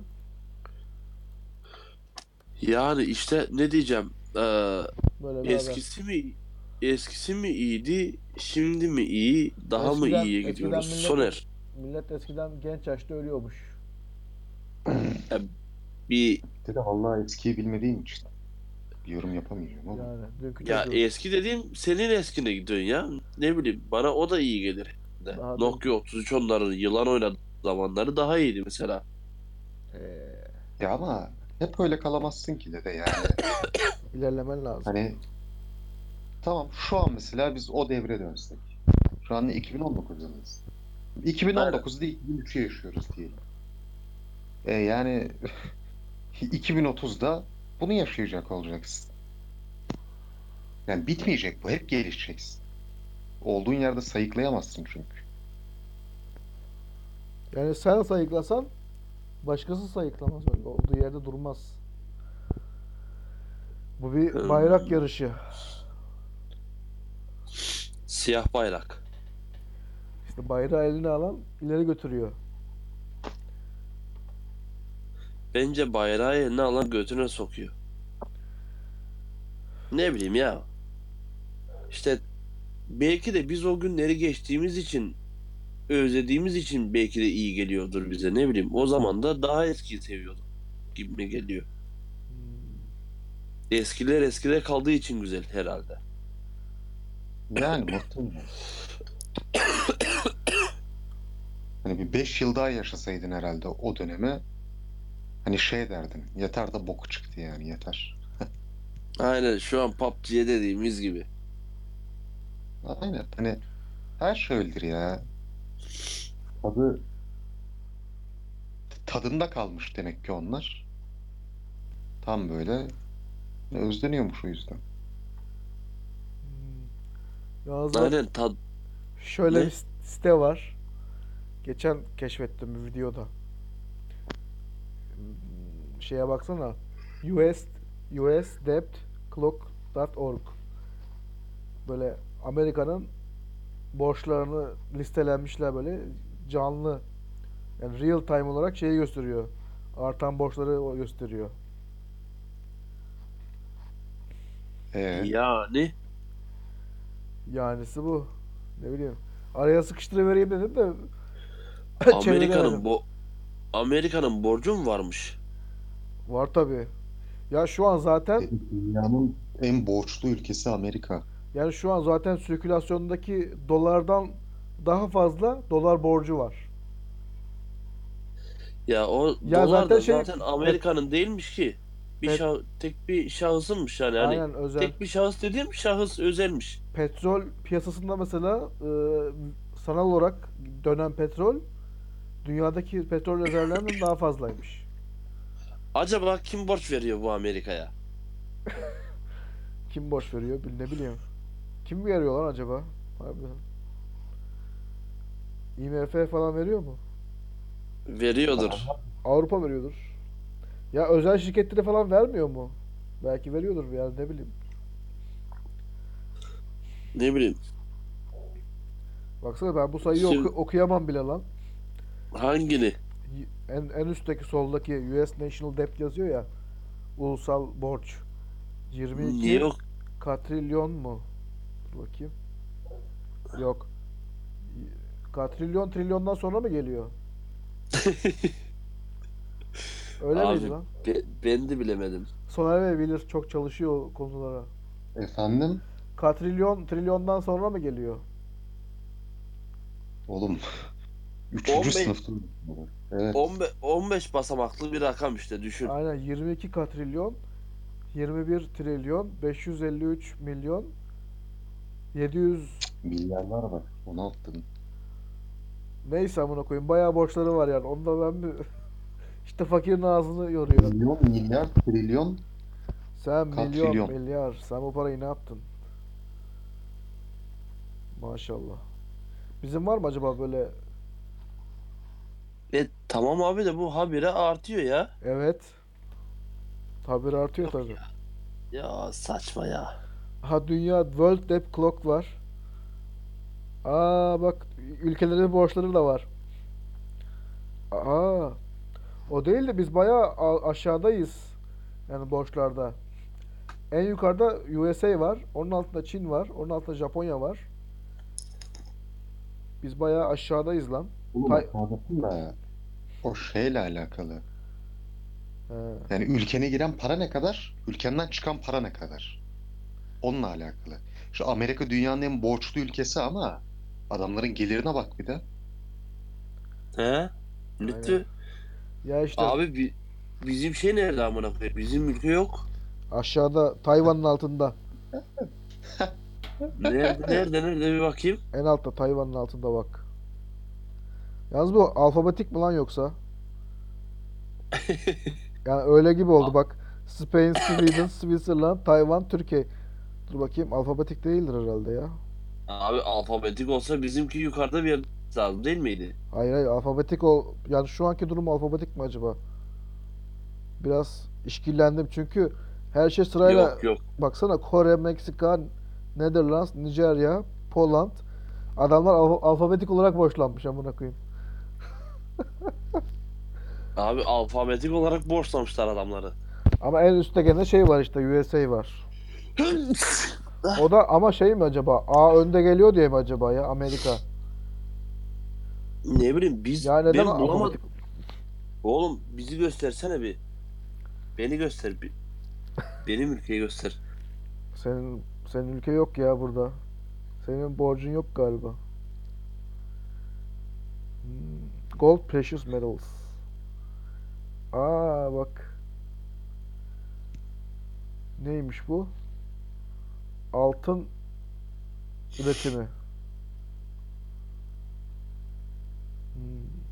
Yani işte ne diyeceğim? böyle bir haber. Eskisi mi iyiydi? Şimdi mi iyi? Daha mı iyiye Eskiden gidiyoruz? Soner. millet eskiden genç yaşta ölüyormuş. Ya bir Bir de vallahi eskiyi bilmediğim için bir yorum yapamayacağım ama. Yani dünkü ya çocuğu eski dediğim senin eskine gidiyorsun ya. Ne bileyim bana o da iyi gelir. daha dün Nokia 33 onların yılan oynadığı zamanları daha iyiydi mesela. eee, Ya ama hep öyle kalamazsın ki dede yani. ilerlemen lazım. Hani tamam şu an mesela biz o devre dönsek. Şu an 2019'dayız. Aynen. 2019'da 2003'ü yaşıyoruz diyelim. Yani 2030'da bunu yaşayacak olacaksın. Yani bitmeyecek bu. Hep gelişeceksin. Olduğun yerde sayıklayamazsın çünkü. Yani sen sayıklasan başkası sayıklamaz öyle. Olduğu yerde durmaz. Bu bir bayrak Hmm, yarışı. siyah bayrak. İşte bayrağı eline alan ileri götürüyor. Bence bayrağı eline alan götüne sokuyor. Ne bileyim ya. İşte belki de biz o günleri geçtiğimiz için özlediğimiz için belki de iyi geliyordur bize ne bileyim. O zaman da daha eskiyi seviyorduk gibime geliyor. Hmm. Eskiler eskide kaldığı için güzel herhalde. Yani muhtemelen. Hani bir 5 yıl daha yaşasaydın herhalde o dönemi hani şey derdin. Yeter de boku çıktı yani yeter. Aynen şu an PUBG'ye dediğimiz gibi. Aynen hani her şey öyledir ya. Tadı tadında kalmış demek ki onlar. Tam böyle özleniyormuş o yüzden. Hmm. Yalnız bak Aynen tad şöyle bir ne? site var. Geçen keşfettim bir videoda. Şeye baksana. US USDebtClock.org. Böyle Amerika'nın borçlarını listelenmişler böyle canlı. Yani real time olarak şeyi gösteriyor. Artan borçları o gösteriyor. Ee, Yani Yanisi bu. Ne bileyim. Araya sıkıştırıvereyim dedim de çeviremedim. Amerika'nın Amerika'nın borcu mu varmış? Var tabii. Ya şu an zaten Dünyanın en borçlu ülkesi Amerika. yani şu an zaten sirkülasyondaki dolardan daha fazla dolar borcu var. Ya o Ya dolar zaten da şey zaten Amerika'nın değilmiş ki. pet, Tek bir şahısınmış yani hani aynen özel. tek bir şahıs dediğim şahıs özelmiş. Petrol piyasasında mesela sanal olarak dönen petrol dünyadaki petrol rezervlerinden daha fazlaymış. Acaba kim borç veriyor bu Amerika'ya? Kim borç veriyor? Ne bileyim. Kim veriyor lan acaba? Harbiden. IMF falan veriyor mu? Veriyordur. Avrupa veriyordur. Ya özel şirketleri falan vermiyor mu? Belki veriyordur yani ne bileyim. Ne bileyim. Baksana ben bu sayıyı Şimdi okuyamam bile lan. hangini? En üstteki soldaki US National Debt yazıyor ya. Ulusal borç. Niye 22 yok? katrilyon mu? Dur bakayım. Yok. Katrilyon trilyondan sonra mı geliyor? Öyle miydi Abi lan? ben de bilemedim. Soner Bey bilir çok çalışıyor o konulara. Efendim? Katrilyon trilyondan sonra mı geliyor? Oğlum, üçüncü 15 sınıfta. Evet. 15 basamaklı bir rakam işte düşün. Aynen 22 katrilyon, 21 trilyon, 553 milyon, 700 Milyarlar var. Onu attın. neyse amına koyayım bayağı borçları var yani. Onda ben bir işte fakirin ağzını yoruyor. Milyon, milyar, trilyon, Sen milyon, katrilyon. milyar. Sen bu parayı ne yaptın? Maşallah. Bizim var mı acaba böyle? Tamam abi de bu habire artıyor ya. Evet. Tabir artıyor Yok tabii. ya. Ya saçma ya. Ha dünya World Debt Clock var. Aa bak ülkelerin borçları da var. Aa o değil de biz bayağı aşağıdayız. Yani borçlarda. En yukarıda USA var. Onun altında Çin var. Onun altında Japonya var. Biz bayağı aşağıdayız lan. Oğlum Tay aşağıdasın da o şeyle alakalı. He. Yani ülkene giren para ne kadar? Ülkenden çıkan para ne kadar? Onunla alakalı. Şu Amerika dünyanın en borçlu ülkesi ama adamların gelirine bak bir de. He? Aynen. Lütfü. Ya işte Abi bizim şey nerede amına koyayım? Bizim ülke yok. aşağıda Tayvan'ın altında. Nerede bir bakayım. En altta Tayvan'ın altında bak. Yalnız bu alfabetik mi lan yoksa? Yani öyle gibi oldu bak. Spain, Sweden, Switzerland, Tayvan, Türkiye. Dur bakayım alfabetik değildir herhalde ya. Abi alfabetik olsa bizimki yukarıda bir yer lazım değil miydi? Hayır hayır alfabetik ol. Yani şu anki durum alfabetik mi acaba? Biraz işkillendim çünkü her şey sırayla Yok yok. baksana Kore, Meksika, Netherlands, Nijerya, Poland. Adamlar alfabetik olarak borçlanmış amına koyayım. Abi alfabetik olarak borçlamışlar adamları. Ama en üstte gene şey var işte USA var. O da ama şey mi acaba? A önde geliyor diye mi acaba ya Amerika? Ne bileyim Ya neden ben alfabetik? bulamadım. Oğlum bizi göstersene bir. Beni göster bir. Benim ülkeyi göster. Senin ülke yok ya burada. Senin borcun yok galiba. Gold Precious Metals. Aa bak. Neymiş bu? Altın üretimi. Hmm.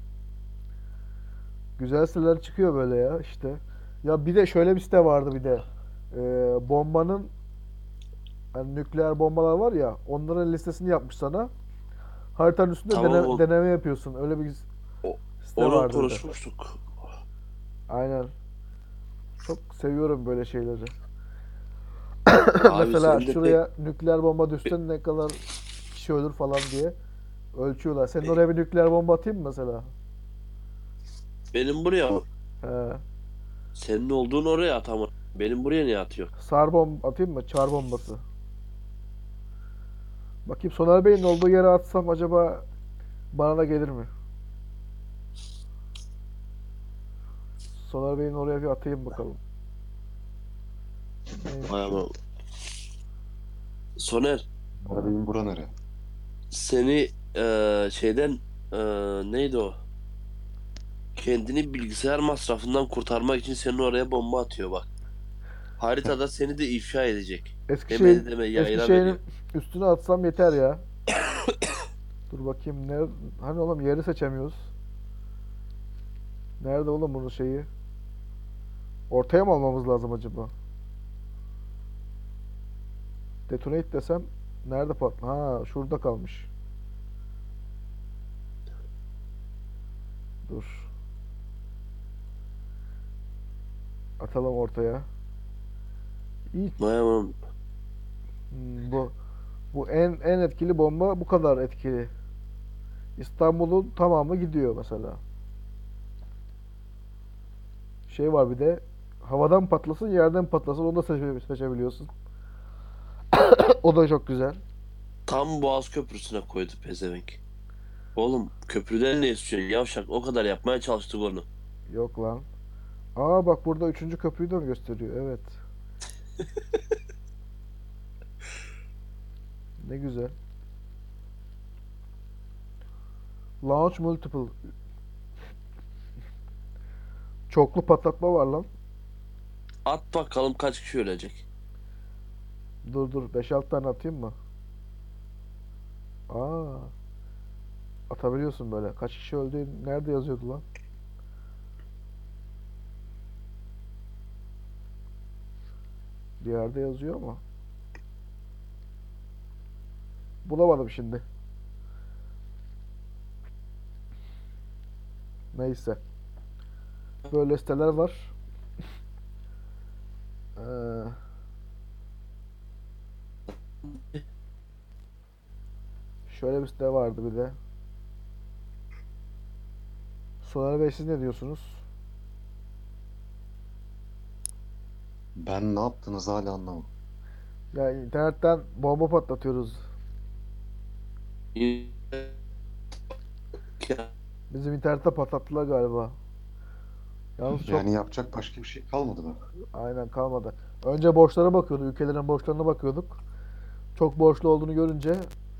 Güzel siteler çıkıyor böyle ya işte. Ya bir de şöyle bir site vardı bir de. Bombanın hani nükleer bombalar var ya onların listesini yapmış sana. Haritanın üstünde Tamam deneme yapıyorsun. Öyle bir o- site onu vardı bir de. konuşmuştuk. Aynen. Çok seviyorum böyle şeyleri. Abi Mesela sen de pek şuraya nükleer bomba düşse ne kadar kişi ölür falan diye ölçüyorlar. Senin oraya bir nükleer bomba atayım mı mesela? benim buraya mı? He. Senin olduğun oraya at ama. Benim buraya niye atıyor? Sar bomba atayım mı? Çar bombası. Bakayım Soner Bey'in olduğu yere atsam acaba bana da gelir mi? Solar Bey'in oraya bir atayım bakalım. Neymiş? Vay ama. Soner, Arabayın bura nere? seni şeyden neydi o? Kendini bilgisayar masrafından kurtarmak için seni oraya bomba atıyor bak. Haritada seni de ifşa edecek. Eskişehir, Demedi deme yayına Eskişehir'in veriyor. üstüne atsam yeter ya. Dur bakayım nerede? Hani oğlum yeri seçemiyoruz. Nerede oğlum bunun şeyi? Ortaya mı almamız lazım acaba? Detonate desem nerede Ha, şurada kalmış. Dur. Atalım ortaya. İyi. Vay ama. Bu en etkili bomba bu kadar etkili. İstanbul'un tamamı gidiyor mesela. Şey var bir de havadan patlasın, yerden patlasın onu da seçebiliyorsun. O da çok güzel. Tam Boğaz Köprüsü'ne koydu pezevenk. Oğlum köprüden ne istiyorsun yavşak? O kadar yapmaya çalıştık onu. Yok lan. Aa bak burada üçüncü köprüyü de mi gösteriyor? Evet. Ne güzel. Launch multiple. Çoklu patlatma var lan. At bakalım kaç kişi ölecek. Dur 5-6 tane atayım mı? Aa, atabiliyorsun böyle. Kaç kişi öldü? Nerede yazıyordu lan? Bir yerde yazıyor ama. Bulamadım şimdi. Neyse. Böyle siteler var. Ee, şöyle bir site vardı bir de. Soner Bey siz ne diyorsunuz? Ben ne yaptınız hala anlamadım. Ya internetten bomba patlatıyoruz. Bizim internette patlattılar galiba. Yalnız çok Yani yapacak başka bir şey kalmadı mı? aynen kalmadı. Önce borçlara bakıyorduk, ülkelerin borçlarına bakıyorduk. Çok borçlu olduğunu görünce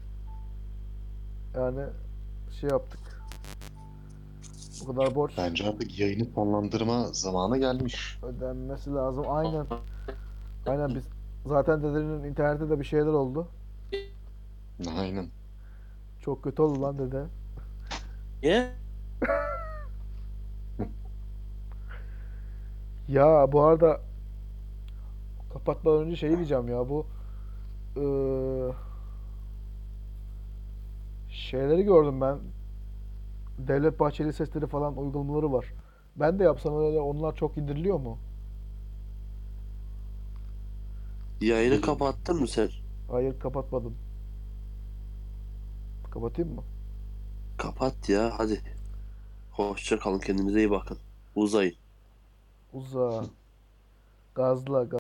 yani şey yaptık. Bu kadar borç Bence artık yayını sonlandırma zamanı gelmiş. ödenmesi lazım. Aynen. Aynen biz zaten dedenin internette de bir şeyler oldu. Aynen. Çok kötü oldu lan dede. Niye? Ya bu arada kapatmadan önce şey diyeceğim ya bu eee, şeyleri gördüm ben. Devlet Bahçeli sesleri falan uygulamaları var. Ben de yapsam öyle onlar çok indiriliyor mu? Yayını kapattın mı sen? Hayır kapatmadım. Kapatayım mı? Kapat ya hadi. Hoşça kalın kendinize iyi bakın. Uzayın. Uza. Gazla